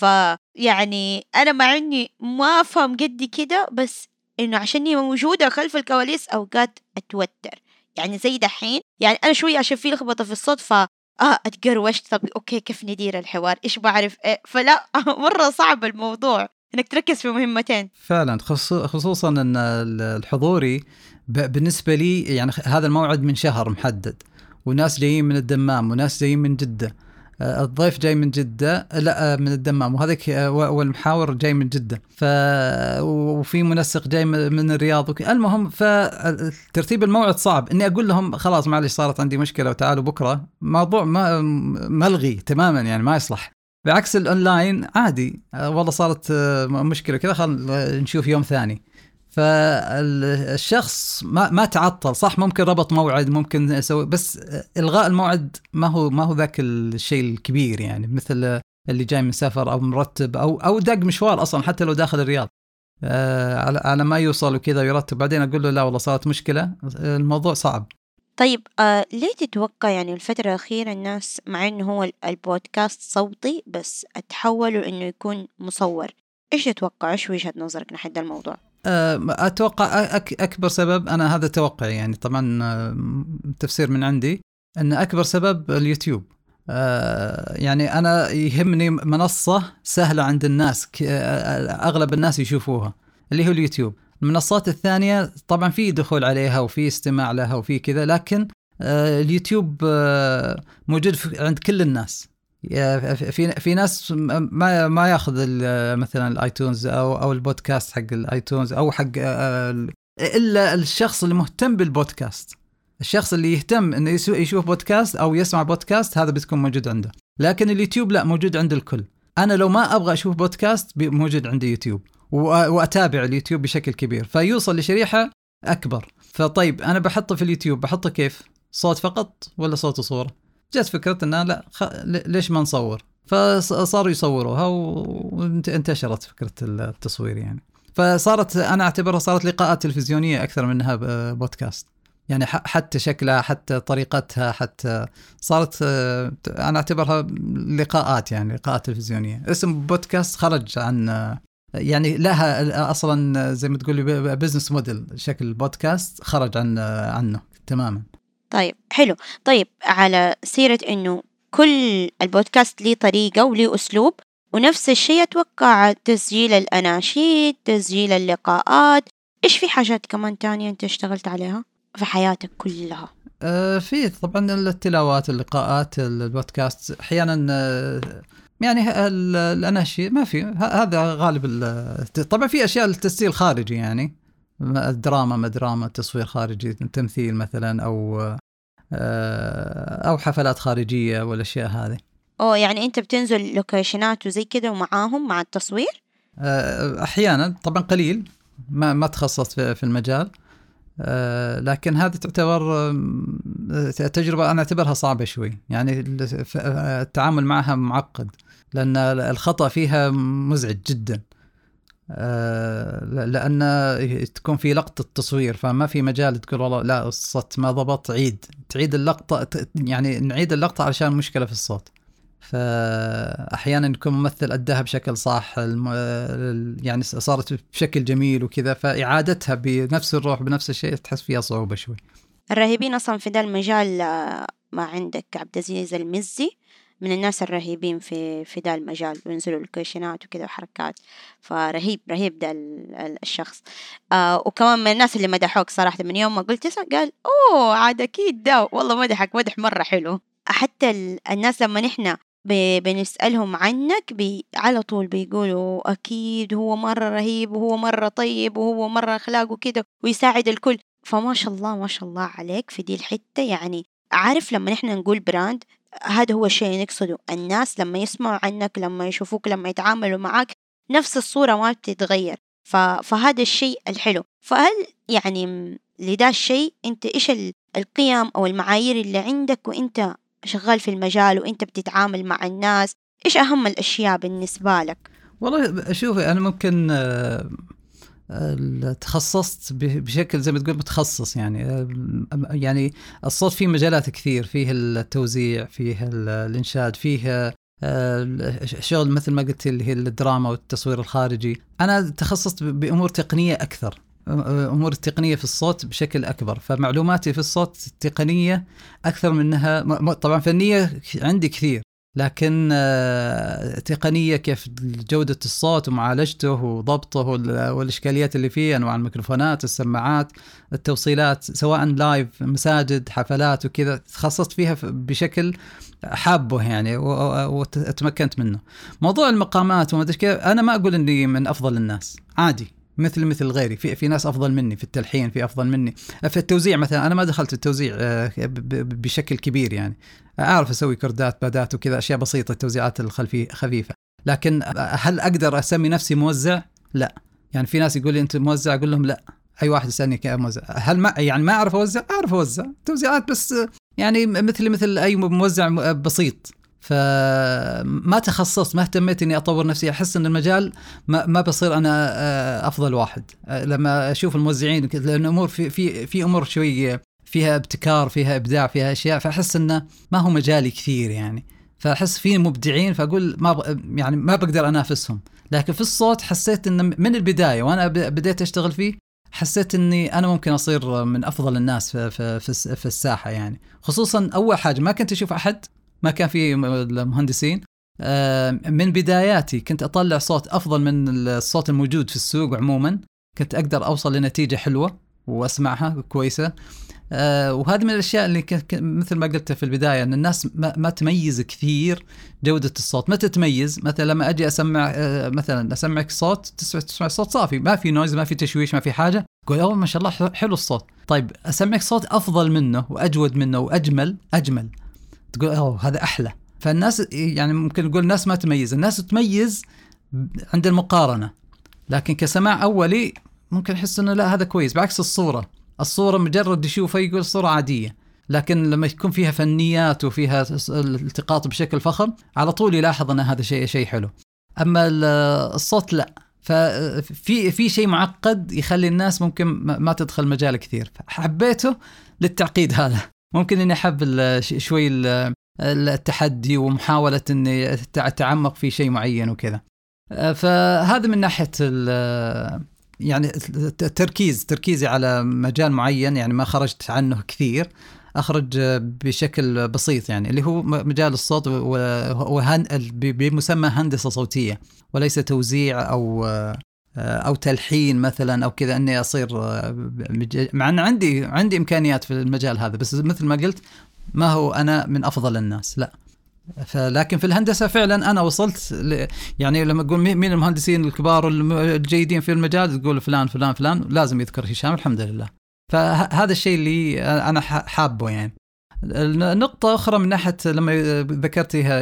فيعني أنا مع إني ما أفهم قدي كده، بس إنه عشاني موجودة خلف الكواليس أوقات أتوتر. يعني زي دحين يعني أنا شوي عشان في لخبطة في الصوت ف آه أتقروشت، طب أوكي كيف ندير الحوار، إيش بعرف إيه. فلا مرة صعب الموضوع إنك تركز في مهمتين فعلا، خصوصا أن الحضوري بالنسبة لي يعني هذا الموعد من شهر محدد، وناس جايين من الدمام وناس جايين من جدة، الضيف جاي من جدة لا من الدمام، وهذاك والمحاور جاي من جدة، ف وفي منسق جاي من الرياض وك... المهم فترتيب الموعد صعب. إني أقول لهم خلاص معلش صارت عندي مشكلة وتعالوا بكرة، موضوع ما ملغي تماما يعني ما يصلح. بعكس الأونلاين عادي، والله صارت مشكلة كذا خل نشوف يوم ثاني. فالشخص ما ما تعطل، صح ممكن ربط موعد ممكن يسوي، بس إلغاء الموعد ما هو ما هو ذاك الشيء الكبير، يعني مثل اللي جاي من سفر أو مرتب أو أو دق مشوار أصلا حتى لو داخل الرياض آه على على ما يوصل وكذا يرتب، بعدين أقول له لا والله صارت مشكلة، الموضوع صعب. طيب آه ليه تتوقع يعني الفترة الأخيرة الناس مع إنه هو البودكاست صوتي بس اتحولوا إنه يكون مصور؟ إيش تتوقع؟ إيش وجهة نظرك ناحية الموضوع؟ أتوقع أك أكبر سبب، أنا هذا توقع يعني طبعا تفسير من عندي، أن أكبر سبب اليوتيوب. آه يعني أنا يهمني منصة سهلة عند الناس، أغلب الناس يشوفوها، اللي هو اليوتيوب. المنصات الثانية طبعا في دخول عليها وفي استماع لها وفي كذا، لكن آه اليوتيوب آه موجود عند كل الناس. في في ناس ما ما ياخذ مثلا الايتونز او او البودكاست حق الايتونز او حق الا الشخص اللي مهتم بالبودكاست. الشخص اللي يهتم انه يشوف بودكاست او يسمع بودكاست هذا بتكون موجود عنده. لكن اليوتيوب لا، موجود عند الكل. انا لو ما ابغى اشوف بودكاست موجود عندي يوتيوب، واتابع اليوتيوب بشكل كبير فيوصل لشريحة اكبر. فطيب انا بحطه في اليوتيوب، بحطه كيف؟ صوت فقط ولا صوت وصورة؟ جت فكرة أنها لا خ... ليش ما نصور؟ فصاروا يصوروها وانتشرت فكرة التصوير يعني. فصارت أنا أعتبرها صارت لقاءات تلفزيونية أكثر منها بودكاست يعني، حتى شكلها حتى طريقتها حتى صارت أنا أعتبرها لقاءات يعني لقاءات تلفزيونية. اسم بودكاست خرج عن يعني لها أصلا زي ما تقولي بيزنس موديل، شكل البودكاست خرج عن عنه تماما. طيب حلو. طيب على سيرة إنه كل البودكاست ليه طريقة وليه أسلوب، ونفس الشيء أتوقع تسجيل الأناشيد، تسجيل اللقاءات. إيش في حاجات كمان تانية أنت اشتغلت عليها في حياتك كلها؟ آه في طبعا التلاوات، اللقاءات، البودكاست أحيانا آه يعني الأناشيد ما في، هذا غالب. طبعا في أشياء التسجيل خارجي يعني الدراما ما دراما، تصوير خارجي، تمثيل مثلا أو أو حفلات خارجية والأشياء هذه. أوه يعني أنت بتنزل لوكيشنات وزي كده ومعاهم مع التصوير؟ أحيانا طبعا قليل، ما ما تخصصت في المجال، لكن هذه تعتبر تجربة أنا أعتبرها صعبة شوي يعني. التعامل معها معقد لأن الخطأ فيها مزعج جدا، لأن تكون في لقطة تصوير فما في مجال تقول والله لا الصوت ما ضبط، عيد تعيد اللقطة يعني نعيد اللقطة علشان مشكلة في الصوت. فأحيانا يكون ممثل أداها بشكل صح يعني صارت بشكل جميل وكذا، فإعادتها بنفس الروح بنفس الشيء تحس فيها صعوبة شوي. الرهيبين أصلا في ذا المجال ما عندك عبد العزيز المزي من الناس الرهيبين في في ذا المجال، وينزلوا لوكيشنات وكذا وحركات، فرهيب رهيب ده الشخص. آه وكمان من الناس اللي مدحوك صراحة، من يوم ما قلت اسمه قال أوه عاد أكيد ده، والله مدحك مدح مرة حلو. حتى الناس لما نحنا بنسألهم عنك بي على طول بيقولوا أكيد هو مرة رهيب وهو مرة طيب وهو مرة أخلاقه كده ويساعد الكل. فما شاء الله ما شاء الله عليك في دي الحتة يعني. عارف لما نحن نقول براند، هذا هو الشيء نقصده. الناس لما يسمعوا عنك، لما يشوفوك، لما يتعاملوا معك، نفس الصورة ما بتتغير. فهذا الشيء الحلو. فهل يعني لدا الشيء أنت إيش القيم أو المعايير اللي عندك وأنت شغال في المجال وأنت بتتعامل مع الناس؟ إيش أهم الأشياء بالنسبة لك؟ والله شوفي أنا ممكن تخصصت بشكل زي ما تقول متخصص يعني. يعني الصوت فيه مجالات كثير، فيه التوزيع، فيه الإنشاد، فيه شغل مثل ما قلت اللي هي الدراما والتصوير الخارجي. أنا تخصصت بأمور تقنية أكثر، أمور التقنية في الصوت بشكل أكبر، فمعلوماتي في الصوت تقنية أكثر منها. طبعا فنية عندي كثير، لكن تقنية كيف جودة الصوت ومعالجته وضبطه والإشكاليات اللي فيه، أنواع الميكروفونات، السماعات، التوصيلات، سواء لايف، مساجد، حفلات وكذا، تخصصت فيها بشكل حابه يعني وتمكنت منه. موضوع المقامات وما أدري كيف، أنا ما أقول إني من أفضل الناس، عادي مثل مثل غيري، في في ناس أفضل مني في التلحين، في أفضل مني في التوزيع مثلا. أنا ما دخلت التوزيع بشكل كبير يعني، أعرف أسوي كردات بادات وكذا أشياء بسيطة، التوزيعات الخلفية خفيفة. لكن هل أقدر أسمي نفسي موزع؟ لا. يعني في ناس يقول لي أنت موزع، أقول لهم لا. أي واحد يسألني كموزع، هل ما يعني ما أعرف أوزع؟ أعرف أوزع توزيعات بس يعني مثل مثل أي موزع بسيط. فما تخصصت، ما اهتميت إني أطور نفسي. أحس إن المجال ما ما بصير أنا أفضل واحد لما أشوف الموزعين، لأن أمور في في في أمور شوي فيها ابتكار، فيها إبداع، فيها أشياء، فأحس إنه ما هو مجالي كثير يعني. فأحس فيه مبدعين، فأقول ما ب... يعني ما بقدر أنافسهم. لكن في الصوت حسيت إن من البداية وأنا بديت أشتغل فيه، حسيت اني انا ممكن اصير من افضل الناس في في في, في الساحه يعني. خصوصا اول حاجه ما كنت اشوف احد، ما كان في المهندسين. من بداياتي كنت اطلع صوت افضل من الصوت الموجود في السوق عموما، كنت اقدر اوصل لنتيجه حلوه واسمعها كويسه. أه وهذه من الاشياء اللي مثل ما قلت في البدايه ان الناس ما, ما تميز كثير جوده الصوت. متى تميز؟ مثلا لما اجي اسمع أه مثلا اسمعك صوت تسمع تسمع صوت صافي، ما في نويز، ما في تشويش، ما في حاجه، تقول اوه ما شاء الله حلو الصوت. طيب اسمعك صوت افضل منه واجود منه واجمل اجمل، تقول اوه هذا احلى. فالناس يعني ممكن نقول الناس ما تميز، الناس تميز عند المقارنه، لكن كسماع اولي ممكن يحس انه لا هذا كويس. بعكس الصوره، الصورة مجرد يشوفها يقول صورة عادية، لكن لما يكون فيها فنيات وفيها الالتقاط بشكل فخم على طول يلاحظ أن هذا شيء شيء حلو. أما الصوت لا، ففي في شيء معقد يخلي الناس ممكن ما تدخل مجال كثير. حبيته للتعقيد هذا، ممكن إني أحب شوي التحدي ومحاولة إني أتعمق في شيء معين وكذا. فهذا من ناحية يعني التركيز تركيزي على مجال معين، يعني ما خرجت عنه كثير، أخرج بشكل بسيط يعني اللي هو مجال الصوت بمسمى هندسة صوتية، وليس توزيع أو أو تلحين مثلا أو كذا أني أصير، مع أن عندي عندي إمكانيات في المجال هذا، بس مثل ما قلت ما هو أنا من أفضل الناس لا. لكن في الهندسة فعلا أنا وصلت ل... يعني لما أقول مين المهندسين الكبار الجيدين في المجال تقول فلان فلان فلان، لازم يذكر هشام الحمد لله. فهذا الشيء اللي أنا حابه يعني. النقطة أخرى من ناحية لما ذكرتيها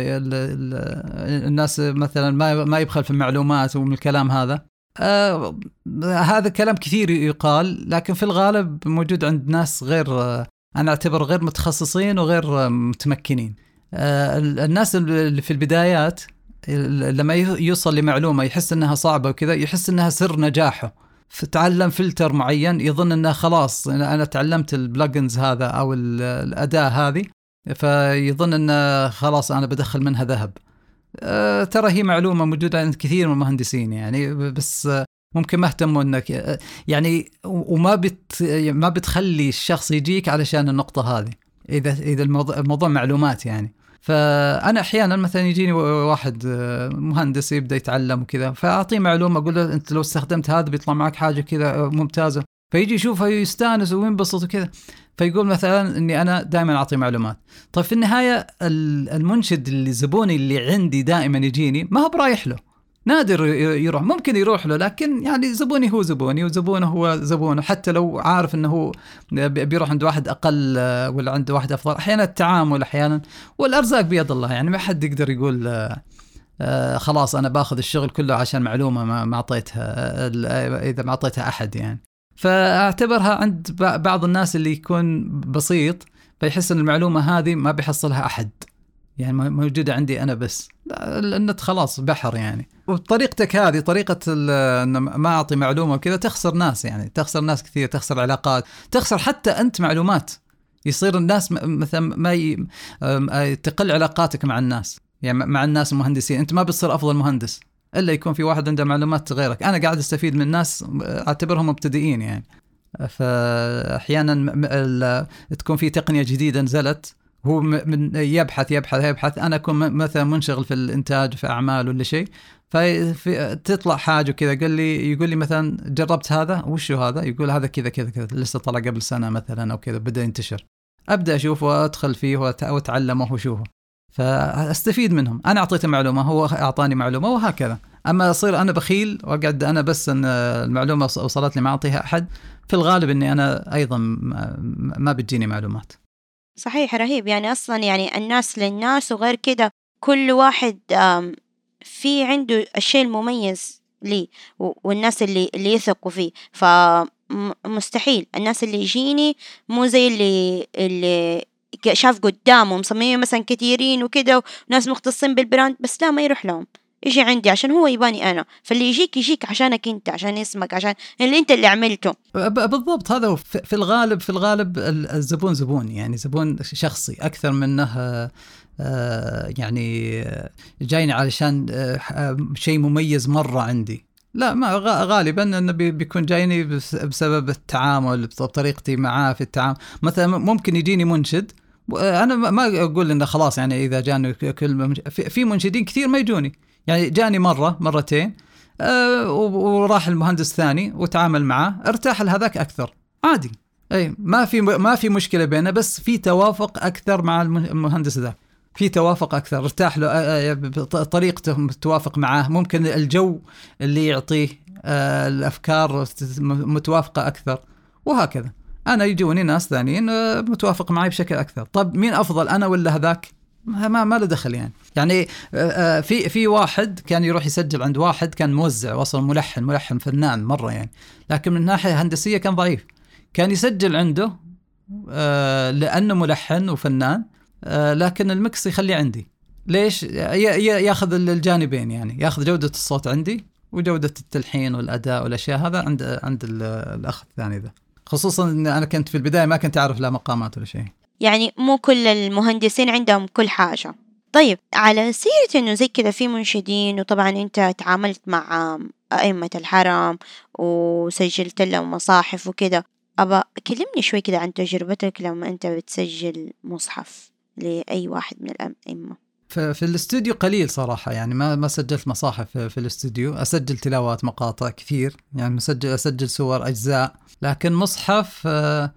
الناس مثلا ما ما يبخل في المعلومات ومن الكلام هذا، آه هذا كلام كثير يقال، لكن في الغالب موجود عند ناس غير، أنا أعتبر غير متخصصين وغير متمكنين. آه الناس اللي في البدايات لما يوصل لمعلومة يحس أنها صعبة وكذا، يحس أنها سر نجاحه، فتعلم فلتر معين يظن أنه خلاص أنا تعلمت البلجنز هذا أو الأداة هذه، فيظن أنه خلاص أنا بدخل منها ذهب. أه ترى هي معلومة موجودة عند كثير من المهندسين يعني، بس ممكن ما اهتموا أنك يعني، وما بت ما بتخلي الشخص يجيك علشان النقطة هذه إذا إذا الموضوع, الموضوع معلومات يعني. فأنا أحيانا مثلا يجيني واحد مهندس يبدأ يتعلم وكذا، فأعطيه معلومة أقول له أنت لو استخدمت هذا بيطلع معك حاجة كذا ممتازة، فيجي يشوفها يستانس وينبسط وكذا، فيقول مثلا أني أنا دائما أعطي معلومات. طيب في النهاية المنشد اللي زبوني اللي عندي دائما يجيني ما هو برايح له، نادر يروح، ممكن يروح له، لكن يعني زبوني هو زبوني وزبونه هو زبونه، حتى لو عارف أنه هو بيروح عند واحد أقل ولا عند واحد أفضل. أحيانا التعامل أحيانا والأرزاق بيد الله يعني، ما حد يقدر يقول آه خلاص أنا باخذ الشغل كله عشان معلومة ما أعطيتها إذا ما أعطيتها أحد يعني. فأعتبرها عند بعض الناس اللي يكون بسيط فيحس أن المعلومة هذه ما بيحصلها أحد يعني، موجودة عندي أنا بس، لأنه خلاص بحر يعني. وطريقتك هذه طريقة أن ما أعطي معلومة وكذا تخسر ناس يعني، تخسر ناس كثير، تخسر علاقات، تخسر حتى أنت معلومات، يصير الناس مثلا ما ي... تقل علاقاتك مع الناس يعني، مع الناس المهندسين أنت ما بتصير أفضل مهندس إلا يكون في واحد عنده معلومات غيرك. أنا قاعد أستفيد من الناس أعتبرهم مبتدئين يعني، فأحيانا تكون في تقنية جديدة نزلت هو من يبحث يبحث يبحث أنا أكون مثلا منشغل في الإنتاج في أعمال ولا شيء، فتطلع حاجة كذا قال لي يقول لي مثلا جربت هذا وشو هذا، يقول هذا كذا كذا كذا لسه طلع قبل سنة مثلا أو كذا بدأ ينتشر، أبدأ أشوفه وأدخل فيه وأتعلمه وشوفه، فأستفيد منهم. أنا أعطيته معلومة هو أعطاني معلومة وهكذا. أما أصير أنا بخيل وأقعد أنا بس أن المعلومة وصلت لي ما أعطيها أحد، في الغالب أني أنا أيضا ما بتجيني معلومات. صحيح رهيب يعني، أصلا يعني الناس للناس، وغير كده كل واحد في عنده الشيء المميز لي والناس اللي اللي يثقوا فيه، فمستحيل الناس اللي يجيني مو زي اللي اللي شاف قدامه مصممين مثلا كثيرين وكده وناس مختصين بالبراند، بس لا ما يروح لهم، يجي عندي عشان هو يباني أنا، فاللي يجيك يجيك عشانك أنت، عشان اسمك، عشان اللي أنت اللي عملته. بالضبط، هذا في الغالب في الغالب الزبون زبون يعني، زبون شخصي أكثر منه يعني جايني علشان شيء مميز مرة عندي. لا ما غالبا انه بيكون جايني بسبب التعامل بطريقتي معاه في التعامل. مثلا ممكن يجيني منشد، انا ما اقول انه خلاص يعني اذا جاني كلمه، في منشدين كثير ما يجوني، يعني جاني مره مرتين أه وراح المهندس ثاني وتعامل معاه ارتاح لهذاك اكثر عادي، اي ما في ما في مشكله بيننا، بس في توافق اكثر مع المهندس ذا، في توافق أكثر، ارتاح له، طريقته توافق معاه، ممكن الجو اللي يعطيه، الأفكار متوافقة أكثر، وهكذا. أنا يجوني ناس ثانيين متوافق معي بشكل أكثر. طب مين أفضل، أنا ولا هذاك؟ ما ما له دخل يعني. يعني في في واحد كان يروح يسجل عند واحد كان موزع، وصل ملحن ملحن فنان مرة يعني، لكن من ناحية هندسية كان ضعيف، كان يسجل عنده لأنه ملحن وفنان، لكن المكس يخليه عندي. ليش؟ ياخذ الجانبين، يعني ياخذ جودة الصوت عندي وجودة التلحين والأداء والأشياء، هذا عند عند الأخ الثاني ذا. خصوصا إن أنا كنت في البداية ما كنت أعرف لا مقامات ولا شيء. يعني مو كل المهندسين عندهم كل حاجة. طيب على سيرة إنه زي كذا في منشدين، وطبعا أنت تعاملت مع أئمة الحرم وسجلت لهم مصاحف وكذا، أبا كلمني شوي كذا عن تجربتك لما أنت بتسجل مصحف لأي واحد من الأئمة. في الاستوديو قليل صراحة، يعني ما ما سجلت مصاحف في الاستوديو، أسجل تلاوات مقاطع كثير، يعني مسجل أسجل صور أجزاء، لكن مصحف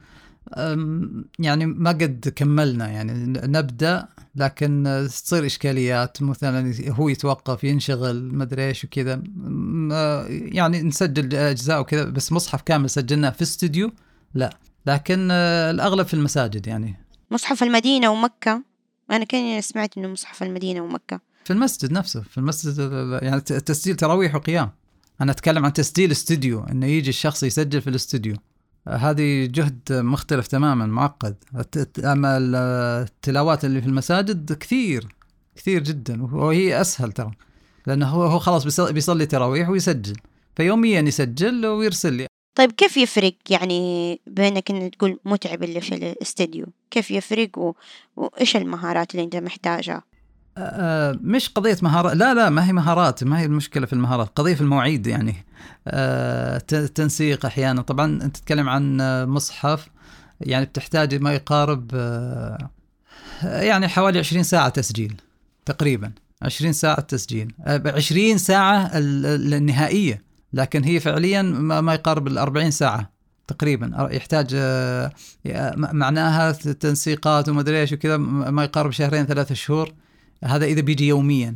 يعني ما قد كملنا، يعني نبدأ لكن تصير إشكاليات، مثلا هو يتوقف ينشغل ما أدري إيش وكذا، يعني نسجل أجزاء وكذا، بس مصحف كامل سجلناه في استوديو لا، لكن الأغلب في المساجد. يعني مصحف المدينة ومكة، أنا كان سمعت إنه مصحف المدينة ومكة في المسجد نفسه، في المسجد يعني تسجيل تراويح وقيام. أنا أتكلم عن تسجيل استوديو، إنه يجي الشخص يسجل في الاستوديو، هذه جهد مختلف تماما، معقد. أما التلاوات اللي في المساجد كثير كثير جدا، وهي أسهل ترى، لأنه هو هو خلاص بيصلي تراويح ويسجل، فيوميا يسجل ويرسل لي. طيب كيف يفرق يعني بينك إن تقول متعب اللي في الاستديو، كيف يفرق و... وإيش المهارات اللي أنت محتاجها؟ أه مش قضية مهارات، لا لا ما هي مهارات، ما هي المشكلة في المهارات، قضية في المواعيد. يعني أه تنسيق أحيانا، طبعا أنت تتكلم عن مصحف يعني بتحتاج ما يقارب أه يعني حوالي عشرين ساعة تسجيل تقريبا، عشرين ساعة تسجيل، عشرين ساعة النهائية، لكن هي فعليا ما يقارب الأربعين ساعة تقريبا، يحتاج معناها تنسيقات وما أدري إيش وكذا، ما يقارب شهرين ثلاثة شهور، هذا إذا بيجي يوميا.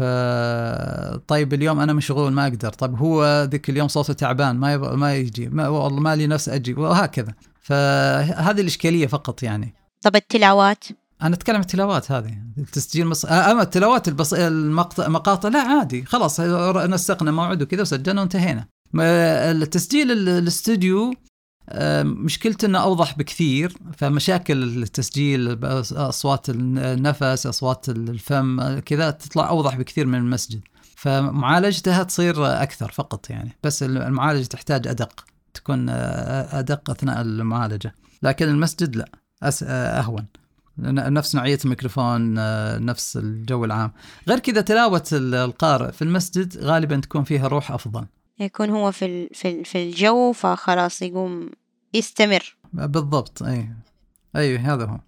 فطيب اليوم أنا مشغول ما أقدر، طيب هو ذيك اليوم صوته تعبان ما يب... ما يجي، ما والله ما لي نفس أجي، وهكذا. فهذه الإشكالية فقط يعني. طب التلاوات، أنا أتكلم عن التلاوات هذه التسجيل مص... أما التلاوات البص... المقطع مقاطع لا عادي، خلاص نسقنا موعد وكذا وسجلنا وانتهينا. التسجيل الاستوديو مشكلته أنه أوضح بكثير، فمشاكل التسجيل أصوات النفس أصوات الفم كذا تطلع أوضح بكثير من المسجد، فمعالجتها تصير أكثر فقط يعني، بس المعالجة تحتاج أدق، تكون أدق أثناء المعالجة، لكن المسجد لا أهون، نفس نوعية الميكروفون نفس الجو العام. غير كذا تلاوة القارئ في المسجد غالبا تكون فيها روح أفضل، يكون هو في في في الجو، فخلاص يقوم يستمر بالضبط. أي أي هذا هو.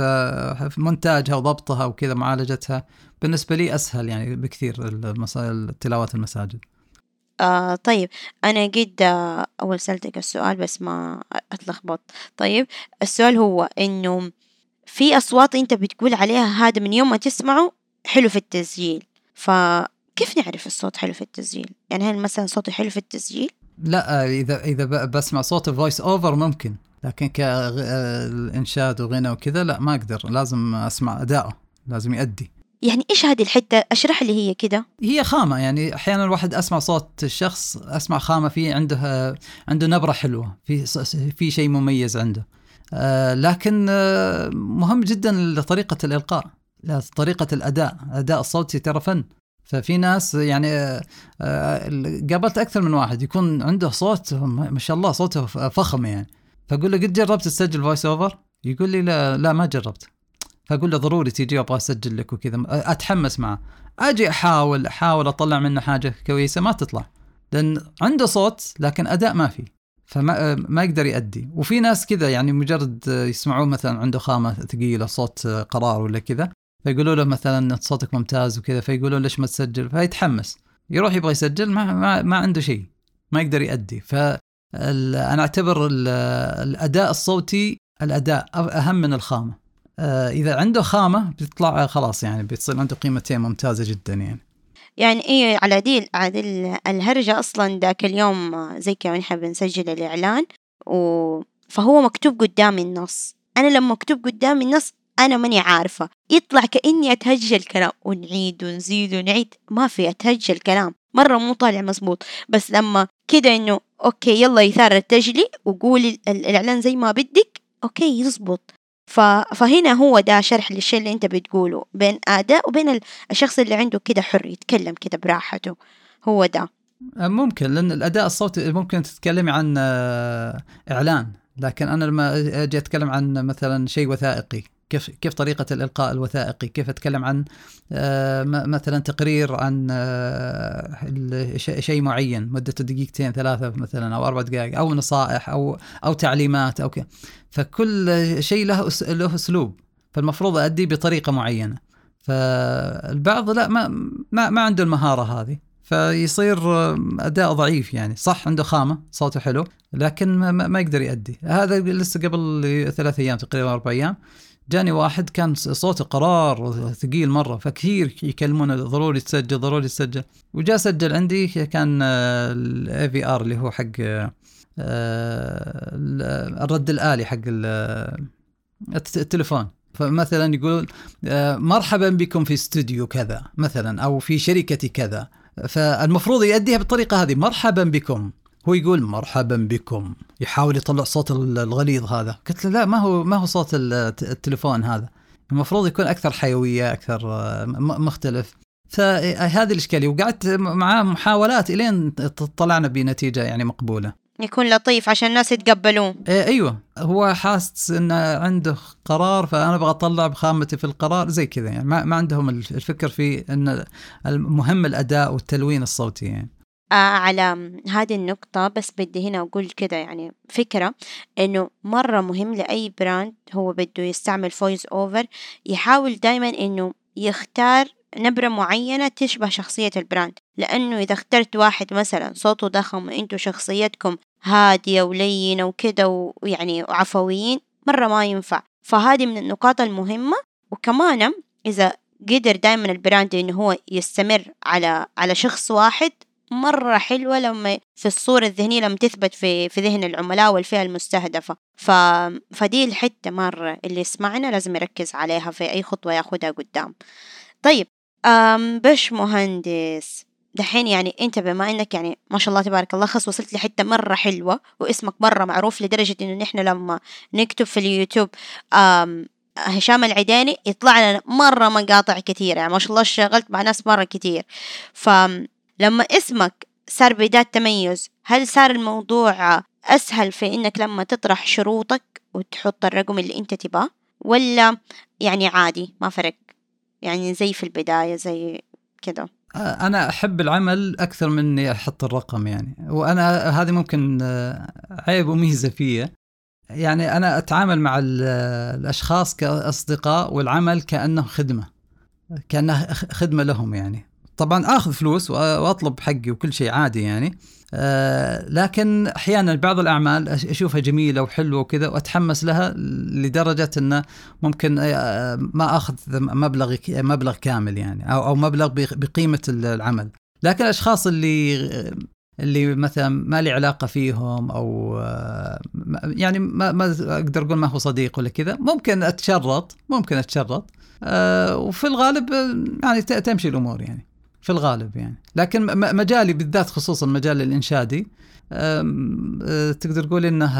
فمونتاجها وضبطها وكذا معالجتها بالنسبة لي أسهل يعني بكثير التلاوات المساجد. آه طيب أنا قد أول سألتك السؤال بس ما أتلخبط. طيب السؤال هو إنه في أصوات أنت بتقول عليها هذا من يوم ما تسمعه حلو في التسجيل، فكيف نعرف الصوت حلو في التسجيل؟ يعني هل مثلا صوتي حلو في التسجيل؟ لا إذا إذا بسمع صوت فويس أوفر ممكن، لكن كإنشاد وغنى وكذا لا ما أقدر، لازم أسمع أداءه، لازم يؤدي. يعني إيش هذه الحتة؟ أشرح لي هي كده. هي خامة، يعني أحيانا الواحد أسمع صوت الشخص أسمع خامة فيه، عنده عنده نبرة حلوة، في في شيء مميز عنده، آه لكن آه مهم جدا طريقة الإلقاء، طريقة الأداء، أداء الصوتي ترى فن. ففي ناس يعني آه قابلت أكثر من واحد يكون عنده صوت ما شاء الله صوته فخم يعني، فأقول له قد جربت تسجل فويس أوفر؟ يقول لي لا لا ما جربت. فأقول له ضروري تيجي أبغى أسجل لك وكذا، أتحمس معه، أجي أحاول أحاول أطلع منه حاجة كويسة ما تطلع، لأن عنده صوت لكن أداء ما فيه، فما ما يقدر يؤدي. وفي ناس كذا يعني مجرد يسمعوه مثلا عنده خامة ثقيلة، صوت قرار ولا كذا، فيقولوا له مثلا صوتك ممتاز وكذا، فيقولوا ليش ما تسجل، فيتحمس يروح يبغى يسجل، ما ما, ما عنده شيء، ما يقدر يؤدي. فأنا أعتبر الأداء الصوتي الأداء أهم من الخامة. إذا عنده خامة بيطلع خلاص يعني بتصير عنده قيمتين ممتازة جدا يعني. يعني إيه على دي عادل الهرجة أصلا ذاك اليوم زي كذا نحن بنسجل الإعلان و... فهو مكتوب قدامي النص، أنا لما مكتوب قدامي النص أنا ماني عارفة، يطلع كأني أتهجى الكلام ونعيد ونزيد ونعيد، ما في أتهجى الكلام مرة مو طالع مزبوط. بس لما كده إنه أوكي يلا يثار التجلي وقولي الإعلان زي ما بدك أوكي يزبط. فهنا هو ده شرح للشيء اللي أنت بتقوله بين أداء وبين الشخص اللي عنده كده حر يتكلم كده براحته، هو ده ممكن. لأن الأداء الصوتي ممكن تتكلمي عن إعلان، لكن أنا لما أجي أتكلم عن مثلا شيء وثائقي، كيف كيف طريقة الإلقاء الوثائقي، كيف أتكلم عن مثلا تقرير عن شيء معين مدته دقيقتين ثلاثة مثلا أو أربع دقائق، أو نصائح أو أو تعليمات أو كذا، فكل شيء له له أسلوب، فالمفروض أدي بطريقة معينة. فالبعض لا ما ما, ما عنده المهارة هذه، فيصير أداء ضعيف يعني. صح عنده خامة صوته حلو لكن ما, ما يقدر يؤدي. هذا لسه قبل ثلاث أيام تقريبا أربع أيام جاني واحد كان صوته قرار ثقيل مرة، فكثير يكلمونه ضروري تسجل ضروري تسجل، وجاء سجل عندي. كان ال إيه في آر اللي هو حق الرد الآلي حق التلفون، فمثلا يقول مرحبا بكم في استوديو كذا مثلا أو في شركة كذا، فالمفروض يؤديها بالطريقة هذه مرحبا بكم، هو يقول مرحبا بكم، يحاول يطلع صوت الغليظ هذا. قلت له لا، ما هو ما هو صوت التلفون هذا، المفروض يكون أكثر حيوية أكثر مختلف. فهذه الإشكالية، وقعدت معاه محاولات إلين طلعنا بنتيجة يعني مقبولة. يكون لطيف عشان الناس يتقبلوه. إيه أيوة، هو حاسس إنه عنده قرار، فأنا بغى أطلع بخامتي في القرار زي كذا يعني. ما ما عندهم الفكر في إن المهم الأداء والتلوين الصوتي يعني. آه على هذه النقطة بس بدي هنا أقول كده يعني فكرة إنه مرة مهم لأي براند هو بده يستعمل فويس أوفر، يحاول دايما إنه يختار نبرة معينة تشبه شخصية البراند، لأنه إذا اخترت واحد مثلا صوته ضخم وإنتو شخصيتكم هادية ولينة وكده ويعني وعفويين مرة ما ينفع. فهذه من النقاط المهمة. وكمان إذا قدر دايما البراند إنه هو يستمر على على شخص واحد مرة حلوة لما في الصورة الذهنية لما تثبت في في ذهن العملاء والفئة المستهدفة. ف فدي الحتة مرة اللي يسمعنا لازم يركز عليها في أي خطوة ياخدها قدام. طيب أم بش مهندس دحين، يعني أنت بما إنك يعني ما شاء الله تبارك الله خص وصلت لحتة مرة حلوة واسمك مرة معروف لدرجة إنه نحن لما نكتب في اليوتيوب أم هشام العديني يطلع لنا مرة مقاطع كثيرة، يعني ما شاء الله اشتغلت مع ناس مرة كتير. فلما اسمك صار بداية تميز، هل صار الموضوع أسهل في إنك لما تطرح شروطك وتحط الرقم اللي أنت تباه، ولا يعني عادي ما فرق يعني زي في البداية زي كده؟ أنا أحب العمل أكثر من إني أحط الرقم يعني، وأنا هذه ممكن عيب وميزة فيه يعني. أنا أتعامل مع الأشخاص كأصدقاء والعمل كأنه خدمة، كأنه خدمة لهم يعني. طبعا أخذ فلوس وأطلب حقي وكل شيء عادي يعني، أه لكن أحيانا بعض الأعمال أشوفها جميلة وحلوة وكذا وأتحمس لها لدرجة أنه ممكن ما أخذ مبلغ مبلغ كامل يعني، أو أو مبلغ بقيمة العمل. لكن الأشخاص اللي اللي مثلا ما لي علاقة فيهم أو يعني ما ما أقدر أقول ما هو صديق ولا كذا، ممكن أتشرط ممكن أتشرط أه وفي الغالب يعني تمشي الأمور يعني في الغالب يعني. لكن مجالي بالذات خصوصا مجال الإنشادي تقدر تقول إنه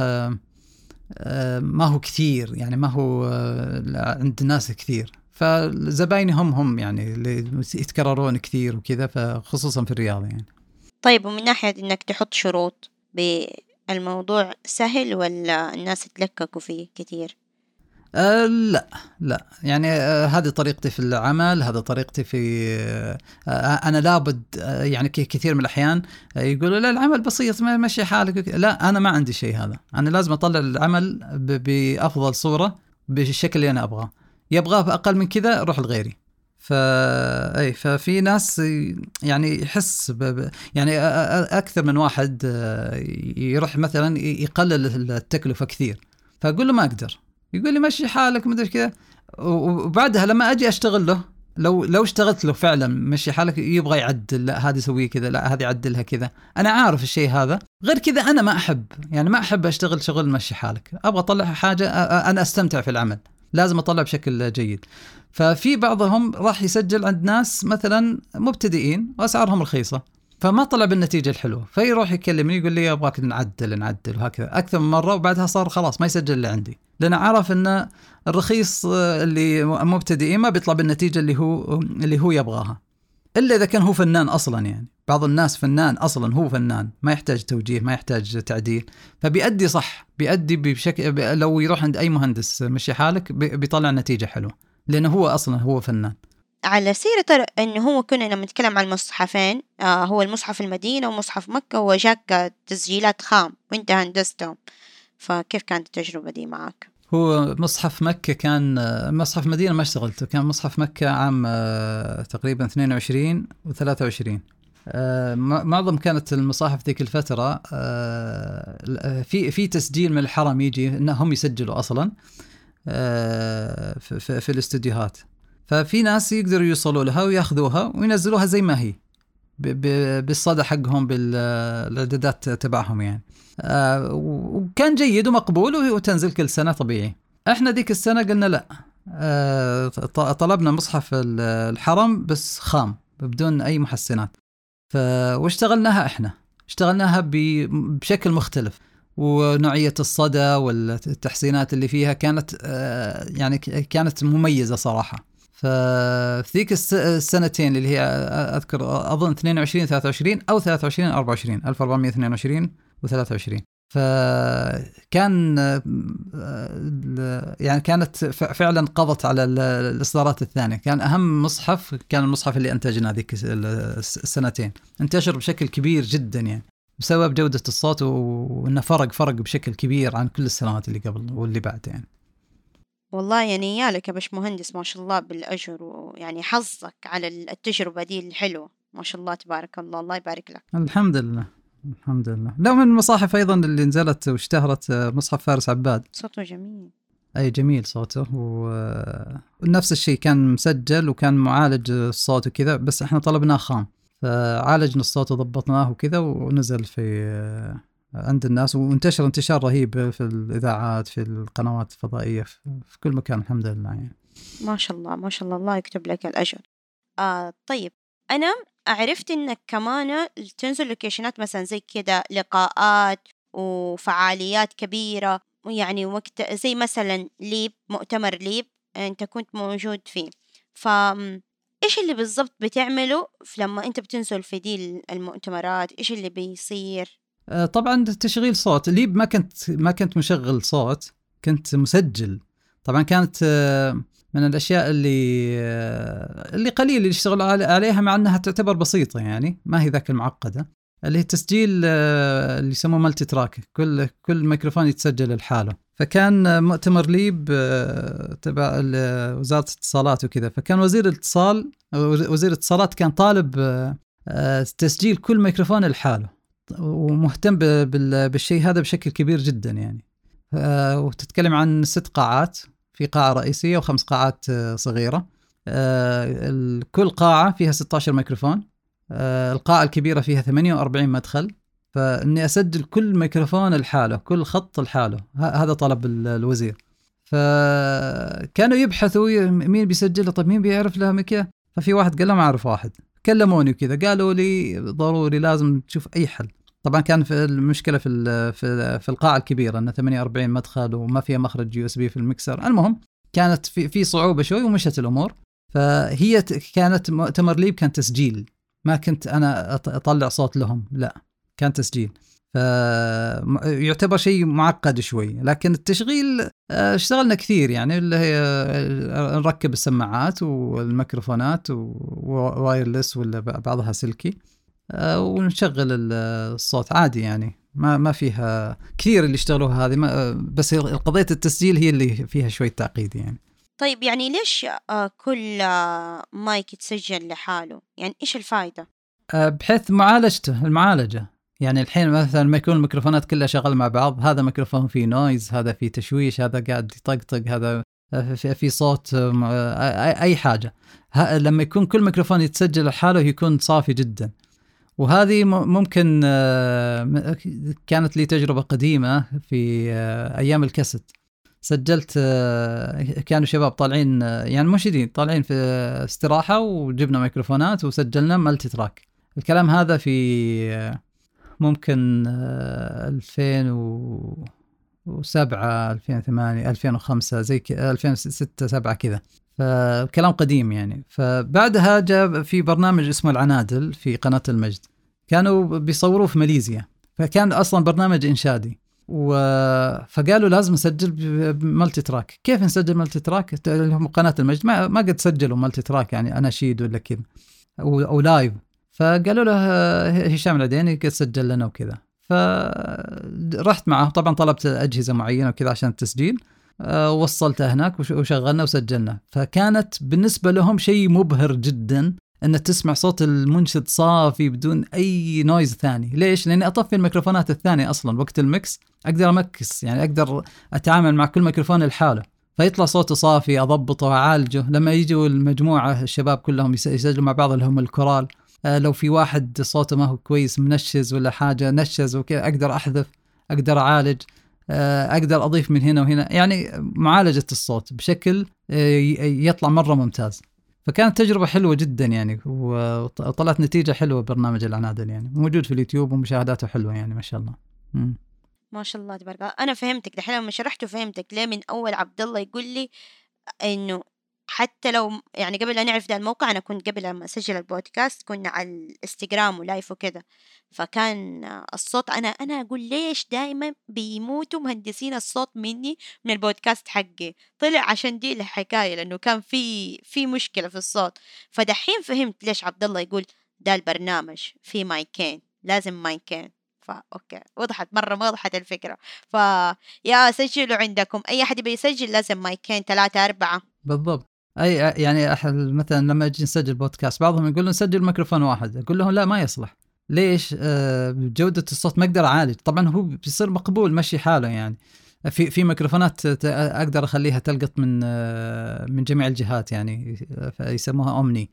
ما هو كثير يعني، ما هو عند الناس كثير، فزبايني هم هم يعني اللي يتكررون كثير وكذا، فخصوصا في الرياض يعني. طيب ومن ناحية إنك تحط شروط بالموضوع سهل ولا الناس تلككوا فيه كثير؟ أه لا لا يعني أه هذه طريقتي في العمل، هذا طريقتي في أه أنا لابد أه يعني كثير من الأحيان أه يقولوا لا العمل بسيط ما مشي حالك، لا أنا ما عندي شيء هذا، أنا لازم أطلع العمل بأفضل صورة بالشكل اللي أنا أبغاه، يبغاه أقل من كذا روح لغيري. فأي ففي ناس يعني يحس ب... ب... يعني أكثر من واحد يروح مثلا يقلل التكلفة كثير، فأقول له ما أقدر، يقول لي مشي حالك مدري كذا، وبعدها لما أجي أشتغل له لو لو اشتغلت له فعلا مشي حالك يبغى يعدل، لا هذه سويه كذا، لا هذه عدلها كذا، أنا عارف الشيء هذا. غير كذا أنا ما أحب، يعني ما أحب أشتغل شغل مشي حالك، أبغى أطلع حاجة أنا أستمتع في العمل، لازم أطلع بشكل جيد. ففي بعضهم راح يسجل عند ناس مثلا مبتدئين وأسعارهم رخيصة، فما طلع بالنتيجة الحلوة، فيروح يكلمني يقول لي أبغاك نعدل نعدل وهكذا أكثر من مرة، وبعدها صار خلاص ما يسجل اللي عندي، لأن عارف أن الرخيص اللي مبتدئين ما بيطلع بالنتيجة اللي هو اللي هو يبغاها، إلا إذا كان هو فنان أصلا. يعني بعض الناس فنان أصلا، هو فنان ما يحتاج توجيه ما يحتاج تعديل، فبيأدي صح، بيأدي بشكل لو يروح عند أي مهندس مشي حالك بيطلع نتيجة حلوة، لأنه هو أصلا هو فنان. على سيرة إنه هو كنا لما نتكلم عن المصحفين، آه هو المصحف المدينة ومصحف مكة، وجاك تسجيلات خام وانت هندستهم، فكيف كانت التجربة دي معك؟ هو مصحف مكة كان مصحف مدينة ما اشتغلته، كان مصحف مكة عام تقريبا اثنين وعشرين وثلاثة وعشرين. معظم كانت المصاحف ذيك الفترة في في تسجيل من الحرم يجي انهم يسجلوا اصلا في, في, في الاستوديوهات، ففي ناس يقدروا يوصلوا لها وياخذوها وينزلوها زي ما هي بالصدى حقهم بالاعدادات تبعهم يعني. آه وكان جيد ومقبول وتنزل كل سنة طبيعي. احنا ديك السنة قلنا لا، آه طلبنا مصحف الحرم بس خام بدون اي محسنات، واشتغلناها احنا اشتغلناها بشكل مختلف، ونوعية الصدى والتحسينات اللي فيها كانت آه يعني كانت مميزة صراحة. ففي ذيك السنتين اللي هي أذكر أظن اثنين وعشرين ثلاثة وعشرين أو ثلاثة وعشرين أربعة وعشرين ألف وأربعمائة واثنين وعشرين وثلاثة وعشرين، فكان يعني كانت فعلا قضت على الإصدارات الثانية. كان أهم مصحف كان المصحف اللي أنتجنا ذيك السنتين، انتشر بشكل كبير جدا يعني بسبب جودة الصوت، وإنه فرق فرق بشكل كبير عن كل السنوات اللي قبل واللي بعد يعني. والله يعني يالك يا باش مهندس ما شاء الله بالأجر، ويعني حظك على التجربة دي الحلوة ما شاء الله تبارك الله، الله يبارك لك. الحمد لله الحمد لله. لا من المصاحف أيضا اللي نزلت واشتهرت مصحف فارس عباد، صوته جميل. أي جميل صوته، ونفس الشيء كان مسجل وكان معالج الصوت وكذا، بس احنا طلبناه خام فعالجنا الصوت وضبطناه وكذا ونزل في عند الناس، وانتشر انتشار رهيب في الإذاعات في القنوات الفضائية في كل مكان الحمد لله يعني. ما شاء الله ما شاء الله، الله يكتب لك الأجر. آه طيب أنا عرفت إنك كمان تنزل لوكيشنات مثلا زي كده لقاءات وفعاليات كبيرة، يعني وقت زي مثلا ليب مؤتمر ليب أنت كنت موجود فيه، فإيش اللي بالضبط بتعمله لما أنت بتنزل في دي المؤتمرات؟ إيش اللي بيصير؟ طبعا تشغيل صوت. ليب ما كنت ما كنت مشغل صوت، كنت مسجل. طبعا كانت من الاشياء اللي اللي قليل اللي يشتغلوا عليها، مع انها تعتبر بسيطه يعني ما هي ذاك المعقده، اللي هي التسجيل اللي يسموه مالتي تراك، كل كل ميكروفون يتسجل لحاله. فكان مؤتمر ليب تبع وزاره الاتصالات وكذا، فكان وزير الاتصال وزير الاتصالات كان طالب تسجيل كل ميكروفون لحاله، ومهتم بالشيء هذا بشكل كبير جدا يعني. وتتكلم عن ست قاعات، في قاعة رئيسية وخمس قاعات صغيرة، كل قاعة فيها ستة عشر ميكروفون، القاعة الكبيرة فيها ثمانية وأربعين مدخل، فإني أسجل كل ميكروفون لحاله كل خط لحاله، هذا طلب الوزير. فكانوا يبحثوا مين بيسجله، طيب مين بيعرف له مكيا، ففي واحد قال لهم أعرف واحد، كلموني وكذا قالوا لي ضروري لازم تشوف أي حل. طبعا كان في المشكلة في في في القاعة الكبيرة أن ثمانية وأربعين مدخل وما فيها مخرج يو اس بي في المكسر، المهم كانت في في صعوبة شوي ومشت الأمور. فهي كانت مؤتمر ليب كان تسجيل، ما كنت أنا أطلع صوت لهم، لا كان تسجيل. فيعتبر شيء معقد شوي. لكن التشغيل اشتغلنا كثير يعني، اللي هي نركب السماعات والميكروفونات ووايرلس ولا بعضها سلكي ونشغل الصوت عادي يعني، ما ما فيها كثير اللي اشتغلوها هذه، بس قضية التسجيل هي اللي فيها شوي تعقيد يعني. طيب يعني ليش كل مايك يتسجل لحاله؟ يعني إيش الفائدة؟ بحيث معالجته المعالجة يعني. الحين مثلا ما يكون الميكروفونات كلها شغال مع بعض، هذا ميكروفون فيه نويز، هذا فيه تشويش، هذا قاعد يطقطق، هذا في صوت أي حاجة. لما يكون كل ميكروفون يتسجل لحاله يكون صافي جدا. وهذه ممكن كانت لي تجربة قديمة في أيام الكاسيت. سجلت، كانوا شباب طالعين يعني منشدين طالعين في استراحة، وجبنا ميكروفونات وسجلنا مالتي تراك. الكلام هذا في ممكن ألفين وسبعة ألفين وثمانية ألفين وخمسة زي كذا، ألفين وستة سبعة كذا، فكلام قديم يعني. فبعدها جاء في برنامج اسمه العنادل في قناة المجد، كانوا بيصوروه في ماليزيا، فكان أصلا برنامج إنشادي. و... فقالوا لازم نسجل بمالتي تراك. كيف نسجل مالتي تراك؟ هم قناة المجد ما, ما قد سجلوا مالتي تراك يعني أناشيد ولا كذا أو... أو لايف. فقالوا له هشام العديني قد سجل لنا وكذا. فرحت معه، طبعا طلبت أجهزة معينة وكذا عشان التسجيل، وصلتها هناك وشغلنا وسجلنا. فكانت بالنسبة لهم شيء مبهر جدا أن تسمع صوت المنشد صافي بدون أي نويز ثاني. ليش؟ لأني أطفي الميكروفونات الثانية أصلا وقت المكس، أقدر أمكس يعني، أقدر أتعامل مع كل ميكروفون لحاله، فيطلع صوته صافي، أضبطه وأعالجه. لما يجوا المجموعة الشباب كلهم يسجلوا مع بعض لهم الكورال، لو في واحد صوته ما هو كويس منشز ولا حاجة نشز وكذا، أقدر أحذف، أقدر أعالج، أقدر أضيف من هنا وهنا يعني، معالجة الصوت بشكل يطلع مرة ممتاز. فكانت تجربة حلوة جدا يعني، وطلعت نتيجة حلوة. برنامج العنادل يعني موجود في اليوتيوب ومشاهداته حلوة يعني، ما شاء الله. م. ما شاء الله تبارك الله. أنا فهمتك دحين لما شرحته، فهمتك ليه من أول عبد الله يقول لي إنه حتى لو يعني قبل لا نعرف ده الموقع، أنا كنت قبل لما أسجل البودكاست كنا على الانستغرام ولايف وكده، فكان الصوت أنا أنا أقول ليش دائما بيموتوا مهندسين الصوت مني من البودكاست حقي؟ طلع عشان دي الحكاية، لأنه كان في في مشكلة في الصوت. فدحين فهمت ليش عبد الله يقول ده البرنامج في مايكين، لازم مايكين. فا أوكي، وضحت مرة وضحت الفكرة. فيا سجلوا عندكم، أي أحد بيسجل لازم مايكين ثلاثة أربعة بالضبط. أي يعني أحد مثلا لما أجي نسجل بودكاست بعضهم يقولون نسجل ميكروفون واحد، أقول لهم لا ما يصلح. ليش؟ آه جودة الصوت ما أقدر أعالج. طبعا هو بيصير مقبول مشي حاله يعني. في في ميكروفونات أقدر أخليها تلقط من آه من جميع الجهات يعني، يسموها أومني،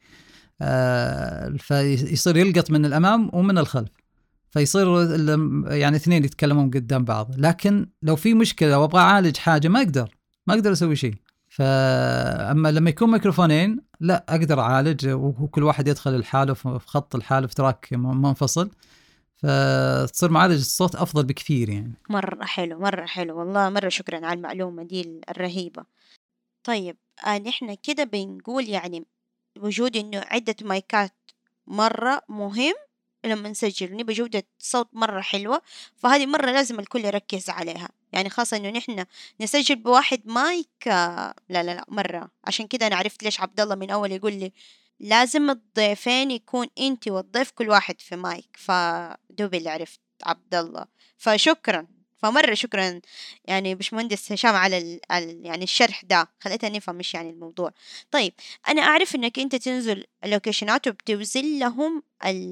آه فيصير يلقط من الأمام ومن الخلف، فيصير يعني اثنين يتكلمون قدام بعض. لكن لو في مشكلة وابغى أعالج حاجة ما أقدر ما أقدر أسوي شيء. فأما لما يكون ميكروفونين لا أقدر أعالج، وكل واحد يدخل الحاله في خط الحاله في تراك منفصل، فتصير معالج الصوت أفضل بكثير يعني. مرة حلو مرة حلو والله، مرة شكرا على المعلومة دي الرهيبة. طيب آه نحن كده بنقول يعني وجود إنه عدة مايكات مرة مهم لما نسجل، نبي جودة صوت مرة حلوة، فهذه مرة لازم الكل يركز عليها يعني، خاصة إنه نحن نسجل بواحد مايك لا لا لا مرة. عشان كده أنا عرفت ليش عبد الله من أول يقول لي لازم الضيفين يكون أنت والضيف كل واحد في مايك، فدوب اللي عرفت عبد الله. فشكرا، فمرة شكرا يعني باشمهندس هشام على ال... يعني الشرح ده، خليتنا نفهم مش يعني الموضوع. طيب أنا أعرف إنك أنت تنزل اللوكيشنات وبتوزن لهم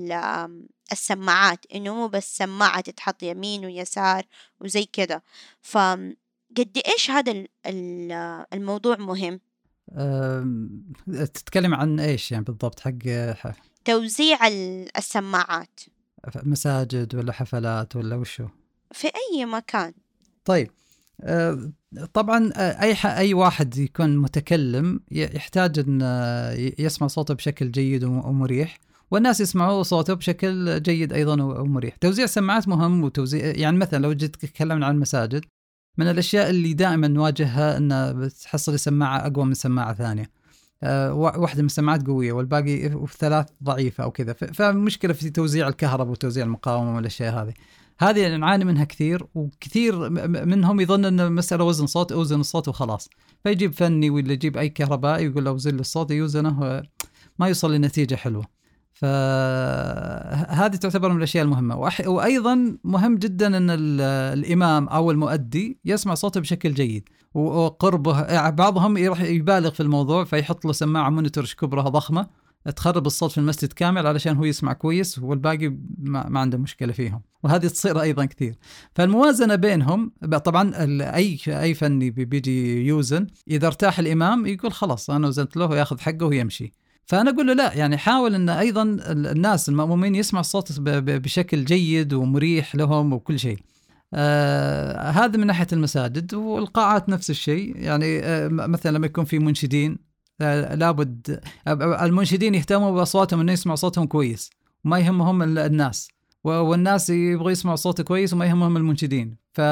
السماعات، إنه مو بس سماعة تتحط يمين ويسار وزي كده، فقد إيش هذا الموضوع مهم؟ تتكلم عن إيش يعني بالضبط؟ حق توزيع السماعات، مساجد ولا حفلات ولا وشو؟ في أي مكان. طيب طبعا أي أي واحد يكون متكلم يحتاج أن يسمع صوته بشكل جيد ومريح، والناس يسمعوا صوته بشكل جيد أيضا ومريح. توزيع سماعات مهم، وتوزيع يعني مثلا لو جيت تكلمنا عن المساجد، من الأشياء اللي دائما نواجهها أن بتحصل سماعة أقوى من سماعة ثانية، واحدة من السماعات قوية والباقي ثلاث ضعيفة أو كذا، فمشكلة في توزيع الكهرباء وتوزيع المقاومة والأشياء هذه. هذه نعاني منها كثير، وكثير منهم يظن أن مسألة وزن صوت، أوزن الصوت وخلاص، فيجيب فني ولا يجيب أي كهربائي يقول له وزن الصوت يوزنه، ما يوصل لنتيجة حلوة. فهذه تعتبر من الأشياء المهمة. وأيضا مهم جدا أن الإمام أو المؤدي يسمع صوته بشكل جيد وقربه. بعضهم يروح يبالغ في الموضوع فيحط له سماعة مونيتور كبرها ضخمة تخرب الصوت في المسجد كامل علشان هو يسمع كويس والباقي ما, ما عنده مشكلة فيهم، وهذه تصير أيضا كثير. فالموازنة بينهم طبعا أي أي فني بيجي يوزن، إذا ارتاح الإمام يقول خلاص أنا وزنت له وياخذ حقه ويمشي. فأنا أقول له لا، يعني حاول أن أيضا الناس المأمومين يسمع الصوت بشكل جيد ومريح لهم وكل شيء. آه هذا من ناحية المساجد. والقاعات نفس الشيء، يعني آه مثلا لما يكون في منشدين آه لابد المنشدين يهتموا بأصواتهم أنه يسمع صوتهم كويس وما يهمهم الناس، والناس يبغوا يسمعوا صوت كويس وما يهمهم المنشدين.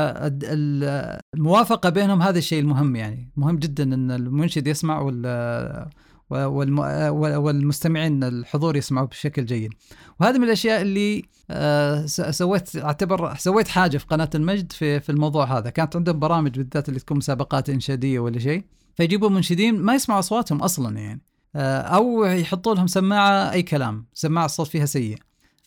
فالموافقة بينهم هذا الشيء المهم، يعني مهم جدا أن المنشد يسمع وال والمستمعين الحضور يسمعوا بشكل جيد. وهذا من الأشياء اللي سويت أعتبر سويت حاجة في قناة المجد في في الموضوع هذا. كانت عندهم برامج بالذات اللي تكون مسابقات إنشادية ولا شيء، فيجيبوا منشدين ما يسمعوا أصواتهم أصلا يعني، أو يحطوا لهم سماعة أي كلام، سماعة الصوت فيها سيء،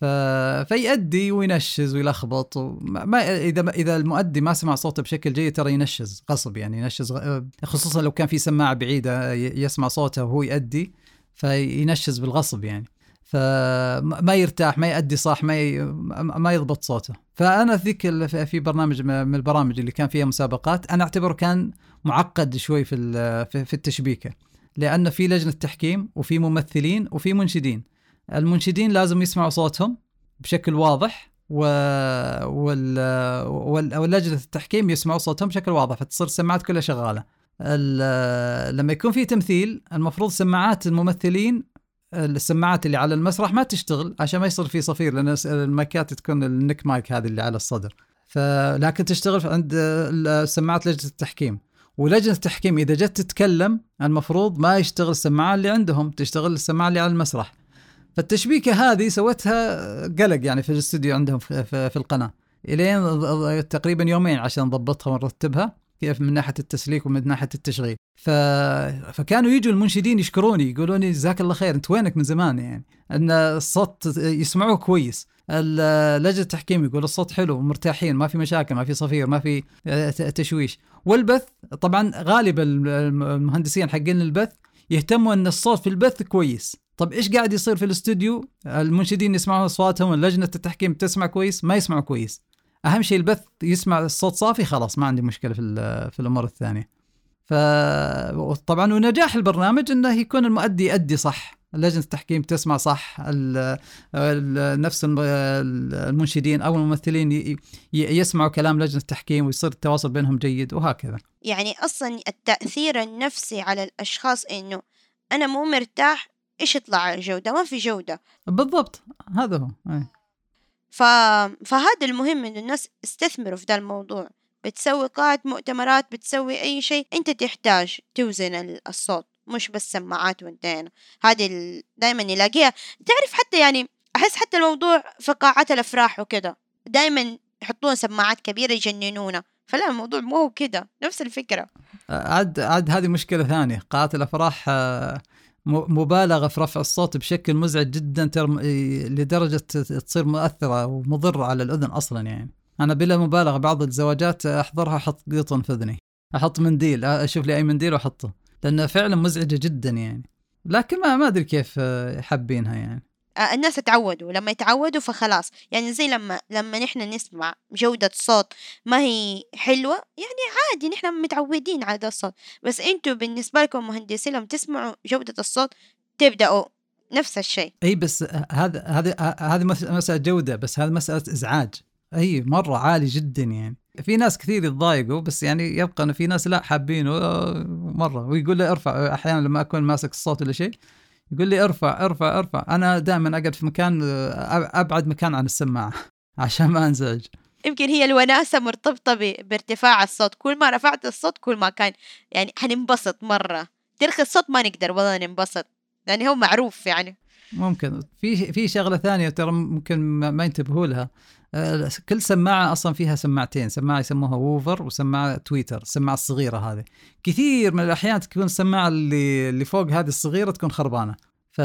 فيأدي وينشز ويلخبط. ما إذا إذا المؤدي ما سمع صوته بشكل جيد ترى ينشز غصب، يعني ينشز، خصوصا لو كان في سماعة بعيدة يسمع صوته وهو يأدي فينشز بالغصب يعني، فما يرتاح، ما يأدي صح، ما ي... ما يضبط صوته. فأنا ذيك في برنامج من البرامج اللي كان فيها مسابقات أنا أعتبر كان معقد شوي في في التشبيكة، لأن في لجنة تحكيم وفي ممثلين وفي منشدين. المنشدين لازم يسمعوا صوتهم بشكل واضح، و... وال... وال... واللجنة التحكيم يسمعوا صوتهم بشكل واضح، فتصير السماعات كلها شغالة. ال... لما يكون في تمثيل المفروض سماعات الممثلين، السماعات اللي على المسرح ما تشتغل عشان ما يصير في صفير، لأن المايكات تكون النك مايك هذه اللي على الصدر، فلكن تشتغل عند سماعات لجنة التحكيم. ولجنة التحكيم إذا جت تتكلم المفروض ما يشتغل السماعة اللي عندهم، تشتغل السماعة اللي على المسرح. فالتشبيكة هذه سوتها قلق يعني في الاستوديو عندهم في, في, في القناة، إلين تقريبا يومين عشان نضبطها ونرتبها كيف من ناحية التسليك ومن ناحية التشغيل. ف... فكانوا يجوا المنشدين يشكروني، يقولوني جزاك الله خير، انت وينك من زمان، يعني ان الصوت يسمعوه كويس. لجنة التحكيم يقول الصوت حلو ومرتاحين، ما في مشاكل، ما في صفير، ما في تشويش. والبث طبعا غالبا المهندسين حقين البث يهتموا ان الصوت في البث كويس. طب إيش قاعد يصير في الاستوديو؟ المنشدين يسمعوا أصواتهم، لجنة التحكيم تسمع كويس، ما يسمعوا كويس. أهم شيء البث يسمع الصوت صافي، خلاص ما عندي مشكلة في في الأمور الثانية. فطبعا ونجاح البرنامج إنه يكون المؤدي يؤدي صح، لجنة التحكيم تسمع صح، ال ال نفس المنشدين أو الممثلين يسمعوا كلام لجنة التحكيم ويصير التواصل بينهم جيد، وهكذا. يعني أصلا التأثير النفسي على الأشخاص إنه أنا مو مرتاح، إيش يطلع الجودة؟ ما في جودة بالضبط، هذا هو. أي. ف... فهذا المهم إنه الناس استثمروا في ذا الموضوع. بتسوي قاعة مؤتمرات، بتسوي أي شيء، أنت تحتاج توزن الصوت، مش بس سماعات وانتهينا. هذه ال... دايما نلاقيها، تعرف، حتى يعني أحس حتى الموضوع في قاعات الأفراح وكده دايما يحطون سماعات كبيرة يجننونا. فلا، الموضوع مو هو كده، نفس الفكرة. عاد عاد هذه مشكلة ثانية. قاعات الأفراح مبالغة في رفع الصوت بشكل مزعج جدا، ترم... لدرجة تصير مؤثرة ومضرة على الأذن أصلا. يعني أنا بلا مبالغة بعض الزواجات أحضرها أحط قطن في أذني، أحط منديل، أشوف لي أي منديل وأحطه، لأنها فعلا مزعجة جدا يعني. لكن ما ما أدري كيف يحبينها يعني. الناس تعودوا، لما يتعودوا فخلاص. يعني زي لما لما نحن نسمع جودة صوت ما هي حلوة، يعني عادي، نحن متعودين على هذا الصوت. بس انتوا بالنسبة لكم مهندسين لما تسمعوا جودة الصوت تبدأوا نفس الشيء. اي بس هذا هذا هذه مسألة جودة، بس هذه مسألة إزعاج اي مرة عالي جدا. يعني في ناس كثير يتضايقوا، بس يعني يبقى أن في ناس لا حابينه مرة، ويقول لي ارفع. أحيانا لما أكون ماسك الصوت ولا شيء يقول لي ارفع ارفع ارفع. أنا دائما أقعد في مكان أبعد مكان عن السماعة عشان ما أنزعج. يمكن هي الوناسة مرتبطة بارتفاع الصوت، كل ما رفعت الصوت كل ما كان يعني هننبسط مرة. ترخي الصوت ما نقدر والله ننبسط، يعني هو معروف. يعني ممكن في في شغلة ثانية ترى ممكن ما ينتبهوا لها. كل سماعة أصلا فيها سماعتين، سماعة يسموها ووفر وسماعة تويتر، السماعة الصغيرة هذه. كثير من الأحيان تكون السماعة اللي اللي فوق هذه الصغيرة تكون خربانة، ف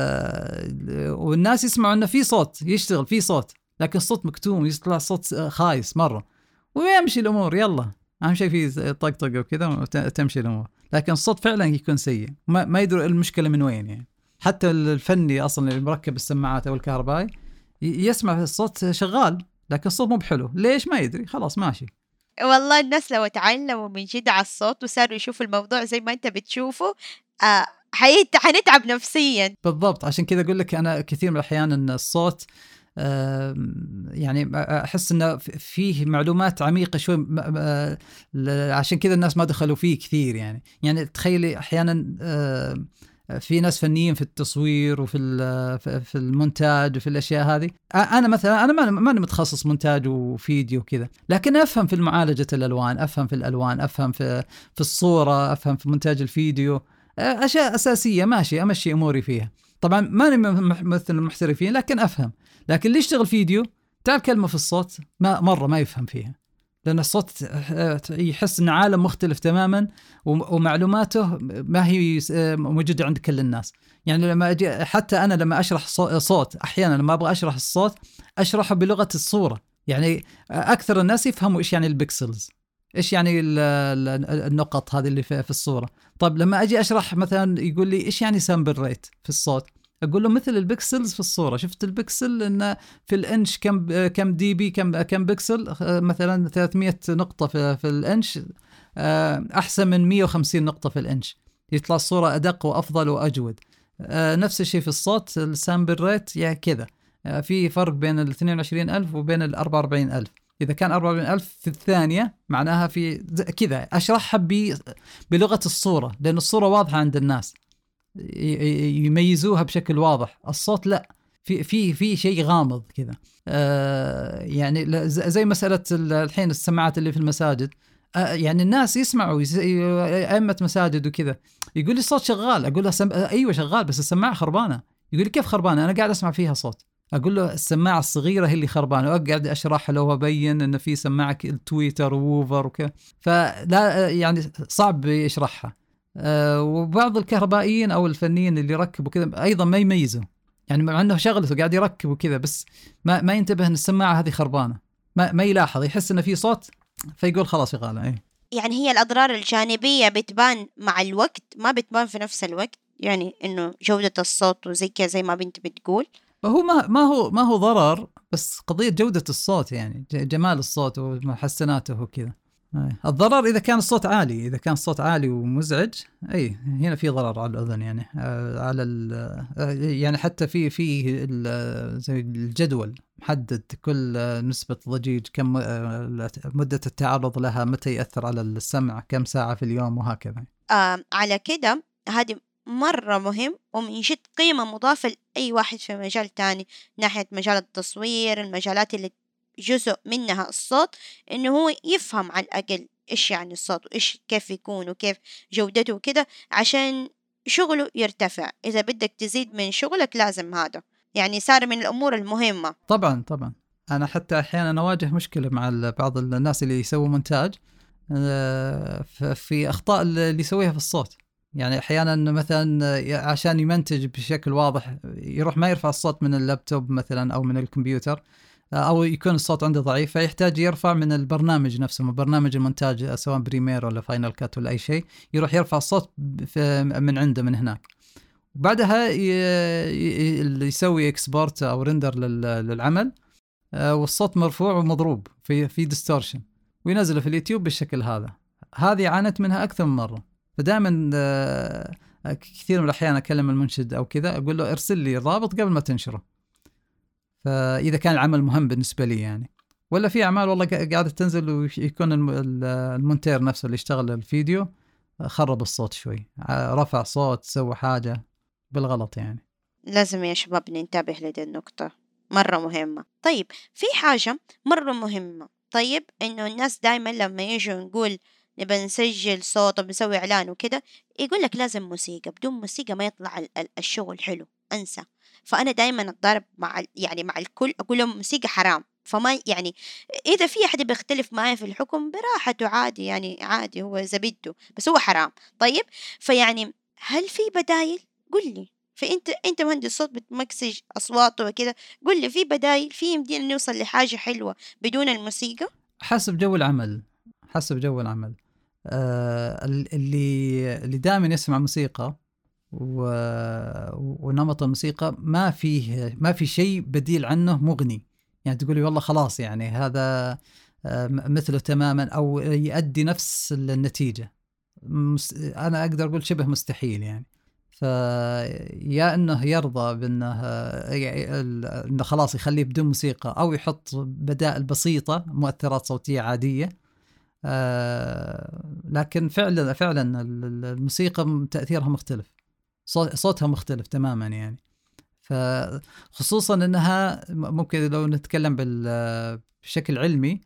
والناس يسمعوا إنه في صوت يشتغل، في صوت، لكن الصوت مكتوم، يطلع صوت خايس مرة، ويمشي الأمور. يلا أهم شيء في طقطقة وكذا وتمشي الأمور، لكن الصوت فعلا يكون سيء، ما, ما يدري المشكلة من وين يعني. حتى الفني أصلا اللي مركب السماعات أو الكهربائي يسمع الصوت شغال لكن الصوت مو بحلو، ليش ما يدري، خلاص ماشي. والله الناس لو تعلموا من جد على الصوت وصاروا يشوفوا الموضوع زي ما أنت بتشوفه آه حيت... حنتعب نفسيا. بالضبط، عشان كذا أقول لك أنا كثير من الأحيان أن الصوت آه يعني أحس أنه فيه معلومات عميقة شوي، آه عشان كذا الناس ما دخلوا فيه كثير يعني. يعني تخيلي أحيانا آه في ناس فنيين في التصوير وفي في المونتاج وفي الاشياء هذه. انا مثلا انا ما انا متخصص مونتاج وفيديو كذا، لكن افهم في معالجه الالوان، افهم في الالوان، افهم في في الصوره، افهم في مونتاج الفيديو، اشياء اساسيه ماشي امشي اموري فيها. طبعا ماني مثل المحترفين لكن افهم. لكن اللي يشتغل فيديو تعال كلمه في الصوت ما مره ما يفهم فيها، لأن الصوت يحس إن عالم مختلف تماماً ومعلوماته ما هي موجودة عند كل الناس. يعني لما أجي حتى أنا لما أشرح صوت أحياناً لما أبغى أشرح الصوت أشرحه بلغة الصورة. يعني أكثر الناس يفهموا إيش يعني البكسلز، إيش يعني النقط هذه اللي في الصورة. طيب لما أجي أشرح مثلاً يقول لي إيش يعني سامبل ريت في الصوت، أقول له مثل البكسلز في الصورة، شفت البكسل إنه في الإنش كم كم دي بي كم كم بكسل، مثلا ثلاثمية نقطة في في الإنش أحسن من مية وخمسين نقطة في الإنش، يطلع الصورة أدق وأفضل وأجود. نفس الشيء في الصوت السامبل ريت يعني كذا، في فرق بين ال اثنين وعشرين ألف وبين ال أربعة وأربعين ألف. إذا كان أربعة وأربعين ألف في الثانية معناها في كذا، أشرحها بلغة الصورة لأن الصورة واضحة عند الناس يميزوها بشكل واضح. الصوت لا، في في في شيء غامض كذا. آه يعني زي مسألة الحين السماعات اللي في المساجد، آه يعني الناس يسمعوا أئمة مساجد وكذا يقول لي الصوت شغال، أقول له سم... أيوة شغال بس السماعة خربانة. يقول لي كيف خربانة؟ أنا قاعد أسمع فيها صوت. أقول له السماعة الصغيرة هي اللي خربانة، وأقعد أشرح له وأبين إن في سماعة تويتر ووفر وكذا، فلا يعني صعب يشرحها. أه وبعض الكهربائيين أو الفنيين اللي يركبوا كذا أيضا ما يميزوا، يعني مع أنه شغلته قاعد يركب وكذا بس ما ما ينتبه أن السماعة هذه خربانة، ما ما يلاحظ، يحس أنه في صوت فيقول خلاص شغالة. أي يعني هي الأضرار الجانبية بتبان مع الوقت، ما بتبان في نفس الوقت، يعني إنه جودة الصوت وزي كذا زي ما بنت بتقول. هو ما ما هو ما هو ضرر، بس قضية جودة الصوت يعني جمال الصوت ومحسناته وكذا. الضرر إذا كان الصوت عالي، إذا كان الصوت عالي ومزعج أي هنا في ضرر على الأذن يعني. على يعني حتى في في زي الجدول محدد كل نسبة ضجيج، كم مدة التعرض لها، متى يأثر على السمع، كم ساعة في اليوم وهكذا. آه على كده هذه مرة مهم ومن جد قيمة مضافة لأي واحد في مجال تاني، ناحية مجال التصوير، المجالات اللي جزء منها الصوت، إنه هو يفهم على الأقل إيش يعني الصوت وإيش كيف يكون وكيف جودته وكده عشان شغله يرتفع. إذا بدك تزيد من شغلك لازم هذا، يعني صار من الأمور المهمة. طبعا طبعا أنا حتى أحيانا أواجه مشكلة مع بعض الناس اللي يسووا مونتاج في أخطاء اللي يسويها في الصوت. يعني أحيانا مثلا عشان يمنتج بشكل واضح يروح ما يرفع الصوت من اللابتوب مثلا أو من الكمبيوتر، أو يكون الصوت عنده ضعيف فيحتاج يرفع من البرنامج نفسه، من برنامج المونتاج سواء بريمير ولا فاينل كات ولا أي شيء، يروح يرفع الصوت من عنده من هناك، وبعدها يسوي إكسبورت أو ريندر للعمل والصوت مرفوع ومضروب في في ديستورشن وينزله في اليوتيوب بالشكل هذا. هذه عانت منها أكثر من مرة. فدائما كثير من الأحيان أكلم المنشد أو كذا أقول له ارسل لي الرابط قبل ما تنشره، فإذا كان العمل مهم بالنسبة لي يعني. ولا في أعمال والله قاعدة تنزل ويكون المونتير نفسه اللي يشتغل الفيديو خرب الصوت شوي، رفع صوت، سوى حاجة بالغلط يعني. لازم يا شباب ننتبه لدي النقطة، مرة مهمة. طيب في حاجة مرة مهمة، طيب إنه الناس دايما لما يجوا نقول نبى نسجل صوت وبنسوي إعلان وكده يقول لك لازم موسيقى، بدون موسيقى ما يطلع الشغل حلو، أنسى. فأنا دايما أتضارب مع يعني مع الكل أقول لهم موسيقى حرام فما يعني إذا في أحد بيختلف معي في الحكم براحته عادي، يعني عادي، هو زبيدته، بس هو حرام. طيب فيعني هل في بدايل؟ قل لي. فأنت أنت مهندس صوت بتمكسج أصوات وكذا، قل لي في بدايل، في يمدينا نوصل لحاجة حلوة بدون الموسيقى؟ حسب جو العمل، حسب جو العمل. آه اللي اللي دائما يسمع موسيقى و... ونمط الموسيقى ما فيه ما في شيء بديل عنه مغني، يعني تقولي والله خلاص يعني هذا مثله تماما أو يؤدي نفس النتيجة. أنا أقدر أقول شبه مستحيل يعني. فيا أنه يرضى بأنه إنه خلاص يخليه بدون موسيقى، أو يحط بدائل بسيطة مؤثرات صوتية عادية. لكن فعلا فعلا الموسيقى تأثيرها مختلف، صوتها مختلف تماما يعني. فخصوصا أنها ممكن لو نتكلم بشكل علمي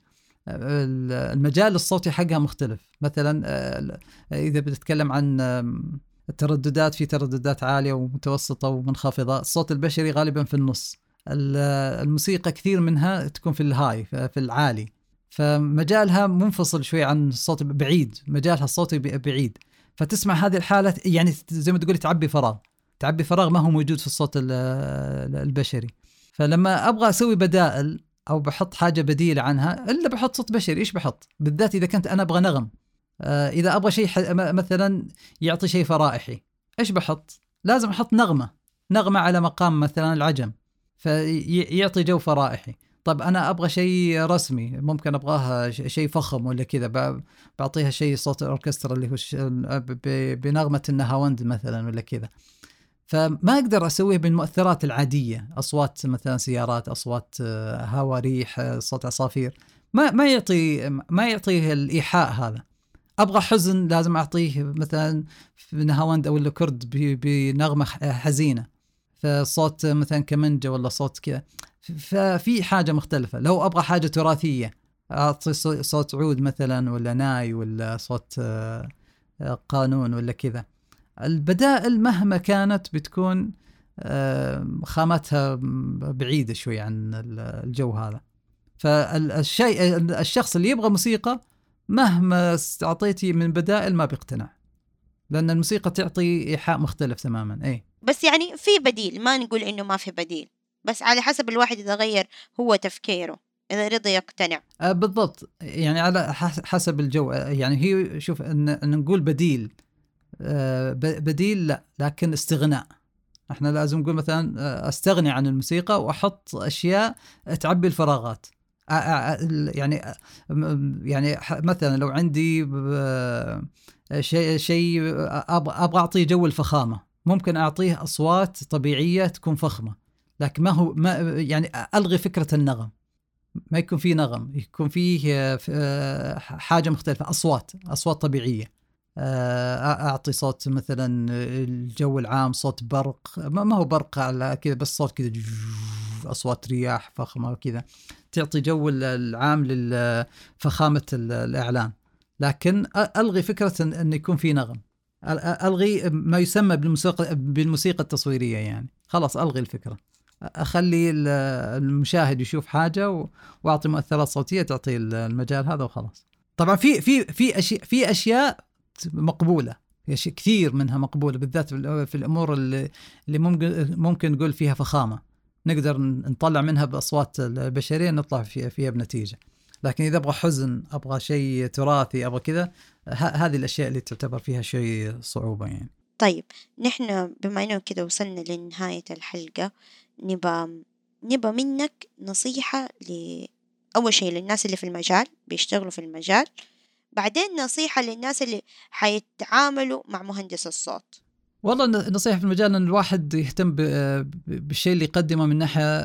المجال الصوتي حقها مختلف. مثلا إذا بتتكلم عن الترددات، في ترددات عالية ومتوسطة ومنخفضة. الصوت البشري غالبا في النص، الموسيقى كثير منها تكون في الهاي في العالي، فمجالها منفصل شوي عن الصوت، بعيد مجالها الصوتي بعيد. فتسمع هذه الحالة يعني زي ما تقولي تعبي فراغ، تعبي فراغ ما هو موجود في الصوت البشري. فلما أبغى أسوي بدائل أو بحط حاجة بديلة عنها، إلا بحط صوت بشري. إيش بحط؟ بالذات إذا كنت أنا أبغى نغم، آه إذا أبغى شيء مثلا يعطي شيء فرائحي، إيش بحط؟ لازم أحط نغمة نغمة على مقام مثلا العجم فيعطي جو فرائحي. طب أنا أبغى شيء رسمي، ممكن أبغاها شيء فخم ولا كذا، بعطيها شيء صوت الأوركسترا اللي هو بنغمة النهاوند مثلا ولا كذا. فما أقدر أسويه بالمؤثرات العادية، أصوات مثلا سيارات، أصوات هواء، ريح، صوت عصافير، ما ما يعطي ما يعطيه الإيحاء هذا. أبغى حزن لازم أعطيه مثلا في نهاوند أو الكرد بنغمة حزينة، فصوت مثلا كمنجة ولا صوت كذا، ففي حاجة مختلفة. لو أبغى حاجة تراثية أعطي صوت عود مثلا ولا ناي ولا صوت قانون ولا كذا. البدائل مهما كانت بتكون خامتها بعيدة شوي عن الجو هذا. فالشيء الشخص اللي يبغى موسيقى مهما أعطيتي من بدائل ما بيقتنع، لأن الموسيقى تعطي إيحاء مختلف تماما. إيه بس يعني في بديل، ما نقول إنه ما في بديل، بس على حسب الواحد إذا غير هو تفكيره، إذا رضي يقتنع. آه بالضبط، يعني على حسب الجو. يعني هي شوف إن, إن نقول بديل آه بديل لا، لكن استغناء. احنا لازم نقول مثلا استغني عن الموسيقى واحط اشياء تعبي الفراغات. يعني يعني مثلا لو عندي شيء شيء ابغى اعطيه جو الفخامه، ممكن اعطيه اصوات طبيعيه تكون فخمه، لكن ما هو ما يعني الغي فكره النغم، ما يكون فيه نغم، يكون فيه حاجه مختلفه، اصوات اصوات طبيعيه. أعطي صوت مثلا الجو العام صوت برق، ما هو برق على كذا، بس صوت كذا أصوات رياح فخمة وكذا، تعطي جو العام لفخامة الإعلان. لكن ألغي فكرة أن يكون في نغم، ألغي ما يسمى بالموسيقى بالموسيقى التصويرية، يعني خلاص ألغي الفكرة، أخلي المشاهد يشوف حاجة وأعطي مؤثرات صوتية تعطي المجال هذا وخلاص. طبعا في في في أشياء في أشياء مقبولة، كثير منها مقبولة، بالذات في الأمور اللي اللي ممكن ممكن نقول فيها فخامة، نقدر نطلع منها بأصوات البشرية نطلع فيها فيها بنتيجة. لكن إذا أبغى حزن، أبغى شيء تراثي، أبغى كذا، هذه الأشياء اللي تعتبر فيها شيء صعوبة يعني. طيب نحن بما إنه كده وصلنا لنهاية الحلقة، نبى نبى منك نصيحة ل أول شيء للناس اللي في المجال بيشتغلوا في المجال، بعدين نصيحة للناس اللي حيتعاملوا مع مهندس الصوت. والله النصيحة في المجال أن الواحد يهتم بالشيء اللي يقدمه من ناحية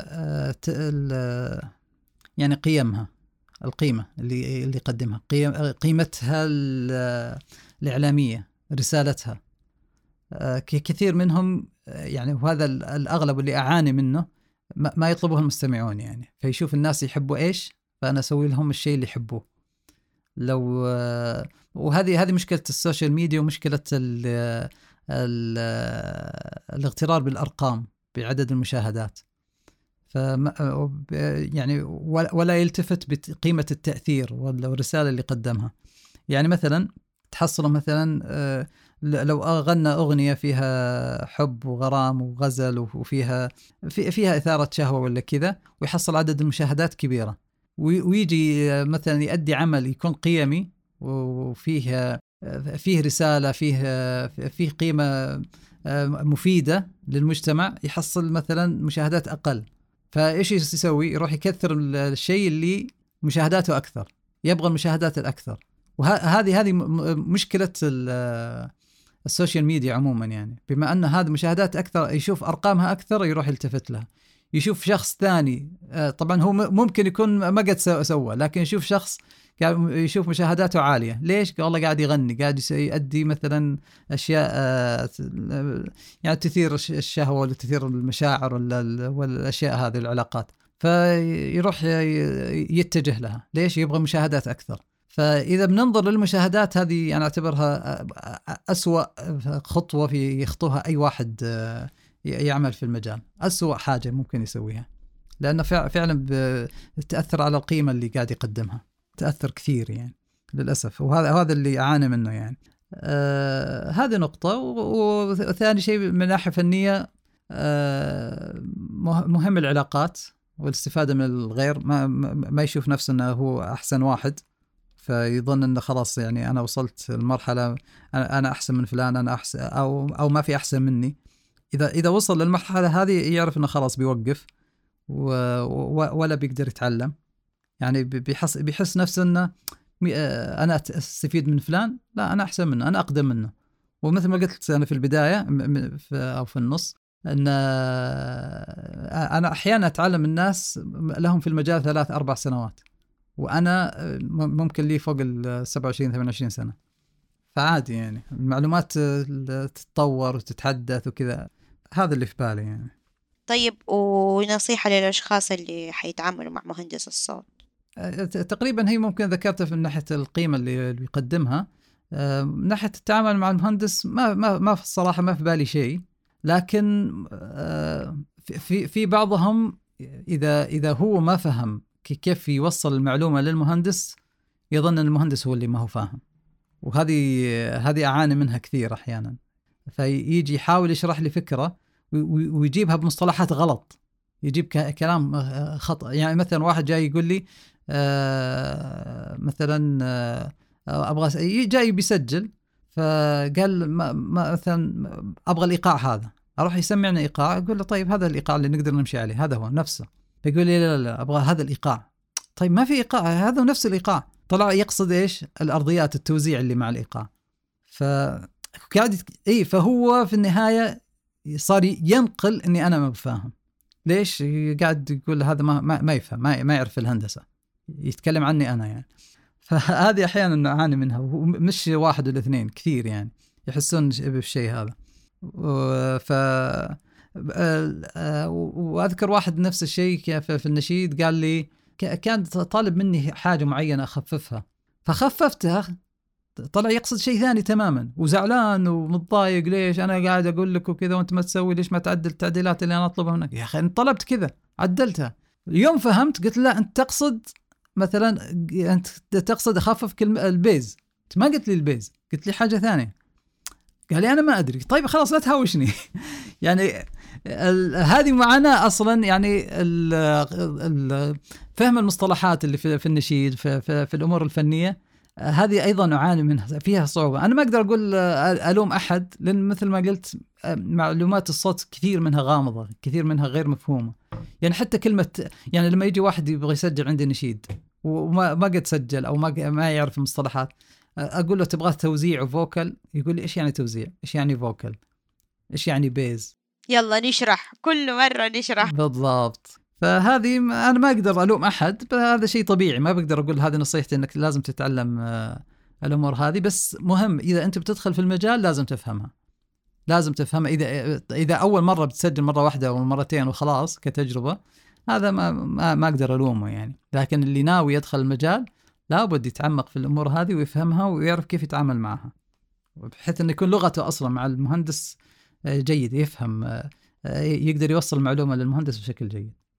يعني قيمها، القيمة اللي اللي يقدمها، قيم قيمتها الإعلامية، رسالتها. كثير منهم يعني، وهذا الأغلب اللي أعاني منه، ما يطلبه المستمعون يعني، فيشوف الناس يحبوا إيش فأنا أسوي لهم الشيء اللي يحبوه. لو وهذه هذه مشكلة السوشيال ميديا، ومشكلة ال ال الاغترار بالأرقام، بعدد المشاهدات. ف يعني ولا يلتفت بقيمة التأثير والرسالة اللي قدمها. يعني مثلا تحصل مثلا لو غنى أغنية فيها حب وغرام وغزل وفيها فيها إثارة شهوة ولا كذا، ويحصل عدد المشاهدات كبيرة، ويجي مثلا يؤدي عمل يكون قيمي وفيه فيه رسالة، فيه فيه قيمة مفيدة للمجتمع، يحصل مثلا مشاهدات أقل. فإيش يسوي؟ يروح يكثر الشيء اللي مشاهداته أكثر، يبغى المشاهدات الأكثر. وهذه هذه مشكلة السوشيال ميديا عموما، يعني بما أن هذه مشاهدات أكثر يشوف أرقامها أكثر يروح يلتفت لها. يشوف شخص ثاني طبعا هو ممكن يكون ما قد سوى، لكن يشوف شخص يشوف مشاهداته عالية. ليش؟ والله قاعد يغني، قاعد يؤدي مثلا أشياء يعني تثير الشهوة ولا تثير المشاعر والأشياء هذه العلاقات، فيروح يتجه لها. ليش؟ يبغى مشاهدات أكثر. فإذا بننظر للمشاهدات هذه أنا أعتبرها أسوأ خطوة في يخطوها أي واحد يعمل في المجال، أسوأ حاجة ممكن يسويها، لأنه فعلا بتأثر على القيمة اللي قاعد يقدمها، تأثر كثير يعني للأسف. وهذا هذا اللي أعاني منه يعني. آه هذه نقطة. وثاني شيء من ناحية فنية آه مهم العلاقات والاستفادة من الغير، ما, ما يشوف نفسه أنه هو أحسن واحد، فيظن أنه خلاص يعني أنا وصلت المرحلة أنا أحسن من فلان، أنا أحسن أو أو ما في أحسن مني. إذا إذا وصل للمرحلة هذه يعرف أنه خلاص بيوقف ولا بيقدر يتعلم. يعني بيحس بيحس نفسه أنه أنا أستفيد من فلان، لا أنا أحسن منه، أنا أقدم منه. ومثل ما قلت أنا في البداية أو في النص أن أنا أحيانا أتعلم الناس لهم في المجال ثلاث أربع سنوات، وأنا ممكن لي فوق السبعة وعشرين ثمانية وعشرين سنة. فعادي يعني المعلومات تتطور وتتحدث وكذا. هذا اللي في بالي يعني. طيب، ونصيحة للأشخاص اللي حيتعاملوا مع مهندس الصوت؟ تقريبا هي ممكن ذكرتها من ناحية القيمة اللي بيقدمها. من ناحية التعامل مع المهندس ما ما ما في الصراحة ما في بالي شيء، لكن في في بعضهم إذا إذا هو ما فهم كيف يوصل المعلومة للمهندس يظن أن المهندس هو اللي ما هو فاهم، وهذه هذه أعاني منها كثير أحيانا. فيجي يحاول يشرح لي فكرة ويجيبها بمصطلحات غلط، يجيب كلام خطأ. يعني مثلا واحد جاي يقول لي آه مثلا آه أبغى جاي بيسجل، فقال ما مثلا أبغى الإيقاع هذا، أروح يسمعني إيقاع، أقول له طيب هذا الإيقاع اللي نقدر نمشي عليه، هذا هو نفسه. فيقول لي لا لا لا أبغى هذا الإيقاع. طيب ما في إيقاع، هذا نفس الإيقاع. طلع يقصد إيش؟ الأرضيات، التوزيع اللي مع الإيقاع. فقاعد إيه فهو في النهاية صار ينقل إني أنا ما بفهم. ليش؟ قاعد يقول هذا ما ما, ما يفهم، ما, ما يعرف الهندسة، يتكلم عني أنا يعني. فهذه أحيانا نعاني منها، مش واحد ولا اثنين، كثير يعني يحسون بالشيء هذا. ف وأذكر واحد نفس الشيء في النشيد قال لي كان طالب مني حاجة معينة أخففها، فخففتها طلع يقصد شيء ثاني تماما، وزعلان ومتضايق. ليش أنا قاعد أقول لك وكذا وأنت ما تسوي؟ ليش ما تعدل التعديلات اللي أنا أطلبها منك؟ يا أخي أنت طلبت كذا عدلتها. اليوم فهمت، قلت لا أنت تقصد مثلا أنت تقصد أخفف كلمة البيز، أنت ما قلت لي البيز، قلت لي حاجة ثانية. قال لي أنا ما أدري. طيب خلاص لا تهاوشني. يعني هذه معاناة أصلا. يعني ال ال فهم المصطلحات اللي في, في النشيد في, في, في الأمور الفنية هذه أيضا أعاني منها، فيها صعوبة. أنا ما أقدر أقول ألوم أحد، لأن مثل ما قلت معلومات الصوت كثير منها غامضة، كثير منها غير مفهومة. يعني حتى كلمة، يعني لما يجي واحد يبغى يسجل عندي نشيد وما ما قد سجل أو ما ما يعرف المصطلحات، أقول له تبغى توزيع وفوكل، يقول لي إيش يعني توزيع؟ إيش يعني فوكل؟ إيش يعني بيز؟ يلا نشرح، كل مرة نشرح. بالضبط. فهذه أنا ما أقدر ألوم أحد، هذا شيء طبيعي، ما بقدر أقول هذه نصيحتي أنك لازم تتعلم الأمور هذه. بس مهم إذا أنت بتدخل في المجال لازم تفهمها، لازم تفهمها. إذا إذا أول مرة بتسجل مرة واحدة أو مرتين وخلاص كتجربة، هذا ما ما, ما أقدر ألومه يعني. لكن اللي ناوي يدخل المجال لابد يتعمق في الأمور هذه ويفهمها ويعرف كيف يتعامل معها، بحيث أن يكون لغته أصلا مع المهندس جيد، يفهم، يقدر يوصل المعلومة للمهندس بشكل جيد.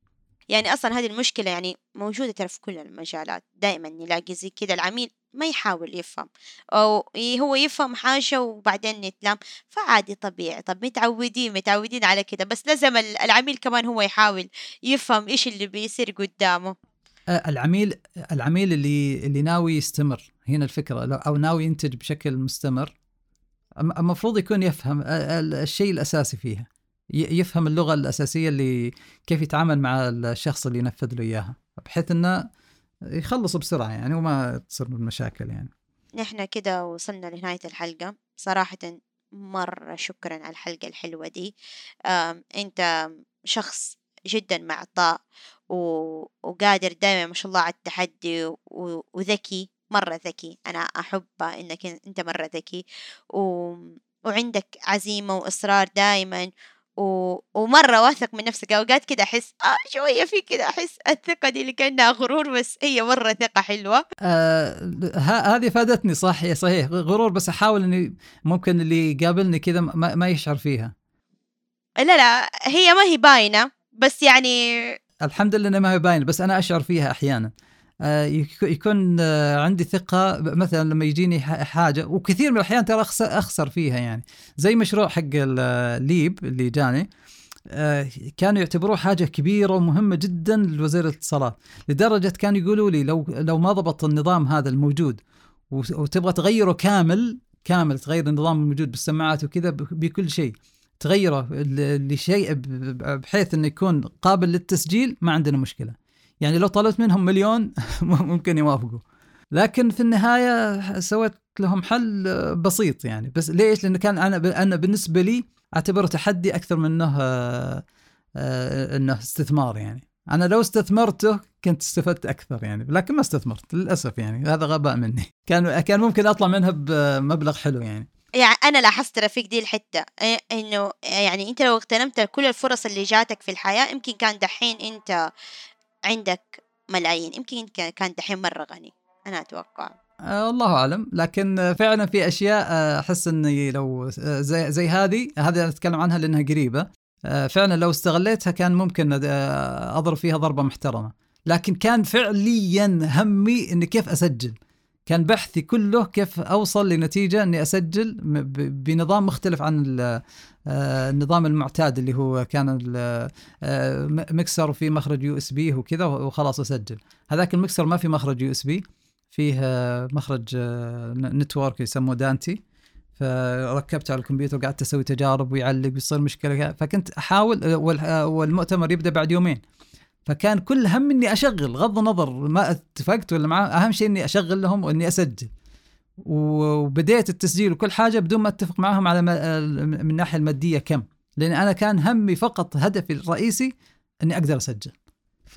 يعني أصلا هذه المشكلة يعني موجودة ترى في كل المجالات، دائما نلاقي زي كده العميل ما يحاول يفهم، أو هو يفهم حاجة وبعدين يتلام، فعادي طبيعي. طب متعودين متعودين على كده، بس لازم العميل كمان هو يحاول يفهم إيش اللي بيصير قدامه. العميل العميل اللي اللي ناوي يستمر، هنا الفكرة، أو ناوي ينتج بشكل مستمر، المفروض يكون يفهم الشيء الأساسي فيها، يفهم اللغة الأساسية اللي كيف يتعامل مع الشخص اللي ينفذ له إياها، بحيث إنه يخلص بسرعة يعني وما تصير المشاكل. يعني نحن كده وصلنا لنهاية الحلقة صراحة. مرة شكرا على الحلقة الحلوة دي. أنت شخص جدا معطاء وقادر دائما ما شاء الله على التحدي، وذكي، مرة ذكي. أنا أحب إنك أنت مرة ذكي و... وعندك عزيمة وإصرار دائما، و... ومرة واثق من نفسك. أوقات كده أحس آه شوية في كده أحس الثقة دي اللي كأنها غرور، بس هي مرة ثقة حلوة. آه هذه فادتني صح، صحيح غرور، بس أحاول إني ممكن اللي يقابلني كذا ما, ما يشعر فيها. لا لا هي ما هي باينة، بس يعني الحمد لله إنها ما هي باينة، بس أنا أشعر فيها أحيانا. آه يكون آه عندي ثقة مثلا لما يجيني حاجة، وكثير من الأحيان ترى أخسر, أخسر فيها. يعني زي مشروع حق الليب اللي جاني، آه كانوا يعتبروه حاجة كبيرة ومهمة جدا لوزير الاتصالات، لدرجة كانوا يقولوا لي لو لو ما ضبط النظام هذا الموجود وتبغى تغيره كامل كامل تغير النظام الموجود بالسماعات وكذا بكل شيء، تغيره لشيء بحيث انه يكون قابل للتسجيل، ما عندنا مشكلة. يعني لو طلبت منهم مليون ممكن يوافقوا، لكن في النهاية سويت لهم حل بسيط. يعني بس ليش؟ لأنه كان أنا أنا بالنسبة لي أعتبره تحدي أكثر من أنه آه آه أنه استثمار. يعني أنا لو استثمرته كنت استفدت أكثر يعني، لكن ما استثمرت للأسف. يعني هذا غباء مني، كان كان ممكن أطلع منها بمبلغ حلو. يعني يعني أنا لاحظت رفيق دي الحتة إنه يعني أنت لو اغتنمت كل الفرص اللي جاتك في الحياة، يمكن كان دحين أنت عندك ملايين، يمكن كان دحين مرة غني. أنا أتوقع آه الله أعلم، لكن فعلا في أشياء أحس أني لو زي, زي هذه هذه أتكلم عنها لأنها قريبة، فعلا لو استغليتها كان ممكن أضرب فيها ضربة محترمة. لكن كان فعليا همي أني كيف أسجل، كان بحثي كله كيف أوصل لنتيجة أني أسجل بنظام مختلف عن النظام المعتاد اللي هو كان مكسر وفيه مخرج يو اس بي وكذا وخلاص أسجل. هذاك المكسر ما في مخرج يو اس بي، فيه مخرج نتورك يسموه دانتي، فركبته على الكمبيوتر وقعدت أسوي تجارب ويعلق بيصير مشكلة. فكنت أحاول، والمؤتمر يبدأ بعد يومين، فكان كل هم إني أشغل، غض النظر ما اتفقت ولا معه، أهم شيء إني أشغل لهم وإني أسجل. وبديت التسجيل وكل حاجة بدون ما أتفق معهم على من الناحية المادية كم، لأن أنا كان همي فقط هدفي الرئيسي إني أقدر أسجل. ف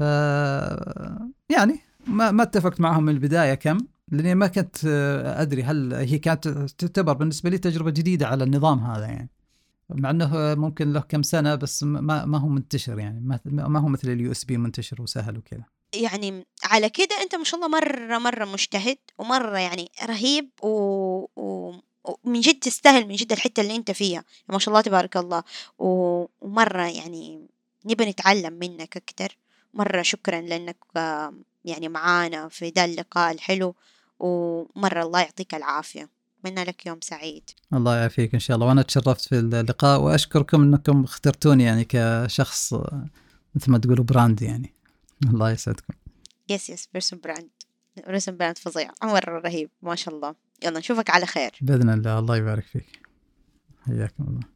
يعني ما ما اتفقت معهم من البداية كم، لأني ما كنت أدري هل هي كانت تعتبر بالنسبة لي تجربة جديدة على النظام هذا، يعني مع أنه ممكن له كم سنة، بس ما ما هو منتشر. يعني ما ما هو مثل اليو اس بي منتشر وسهل وكذا. يعني على كده أنت ما شاء الله مرة مرة مجتهد ومرة يعني رهيب، و... و... ومن جد تستاهل من جد الحتة اللي أنت فيها، ما شاء الله تبارك الله. و... ومرة يعني نبي نتعلم منك أكتر. مرة شكرا لأنك يعني معانا في ذا اللقاء الحلو، ومرة الله يعطيك العافية. أتمنى لك يوم سعيد. الله يعافيك إن شاء الله، وأنا تشرفت في اللقاء، وأشكركم أنكم اخترتوني يعني كشخص مثل ما تقولوا براند. يعني الله يسعدكم. يس يس برسم براند، رسم براند فظيع مرة رهيب ما شاء الله. يلا نشوفك على خير بإذن الله. الله يبارك فيك، حياكم الله.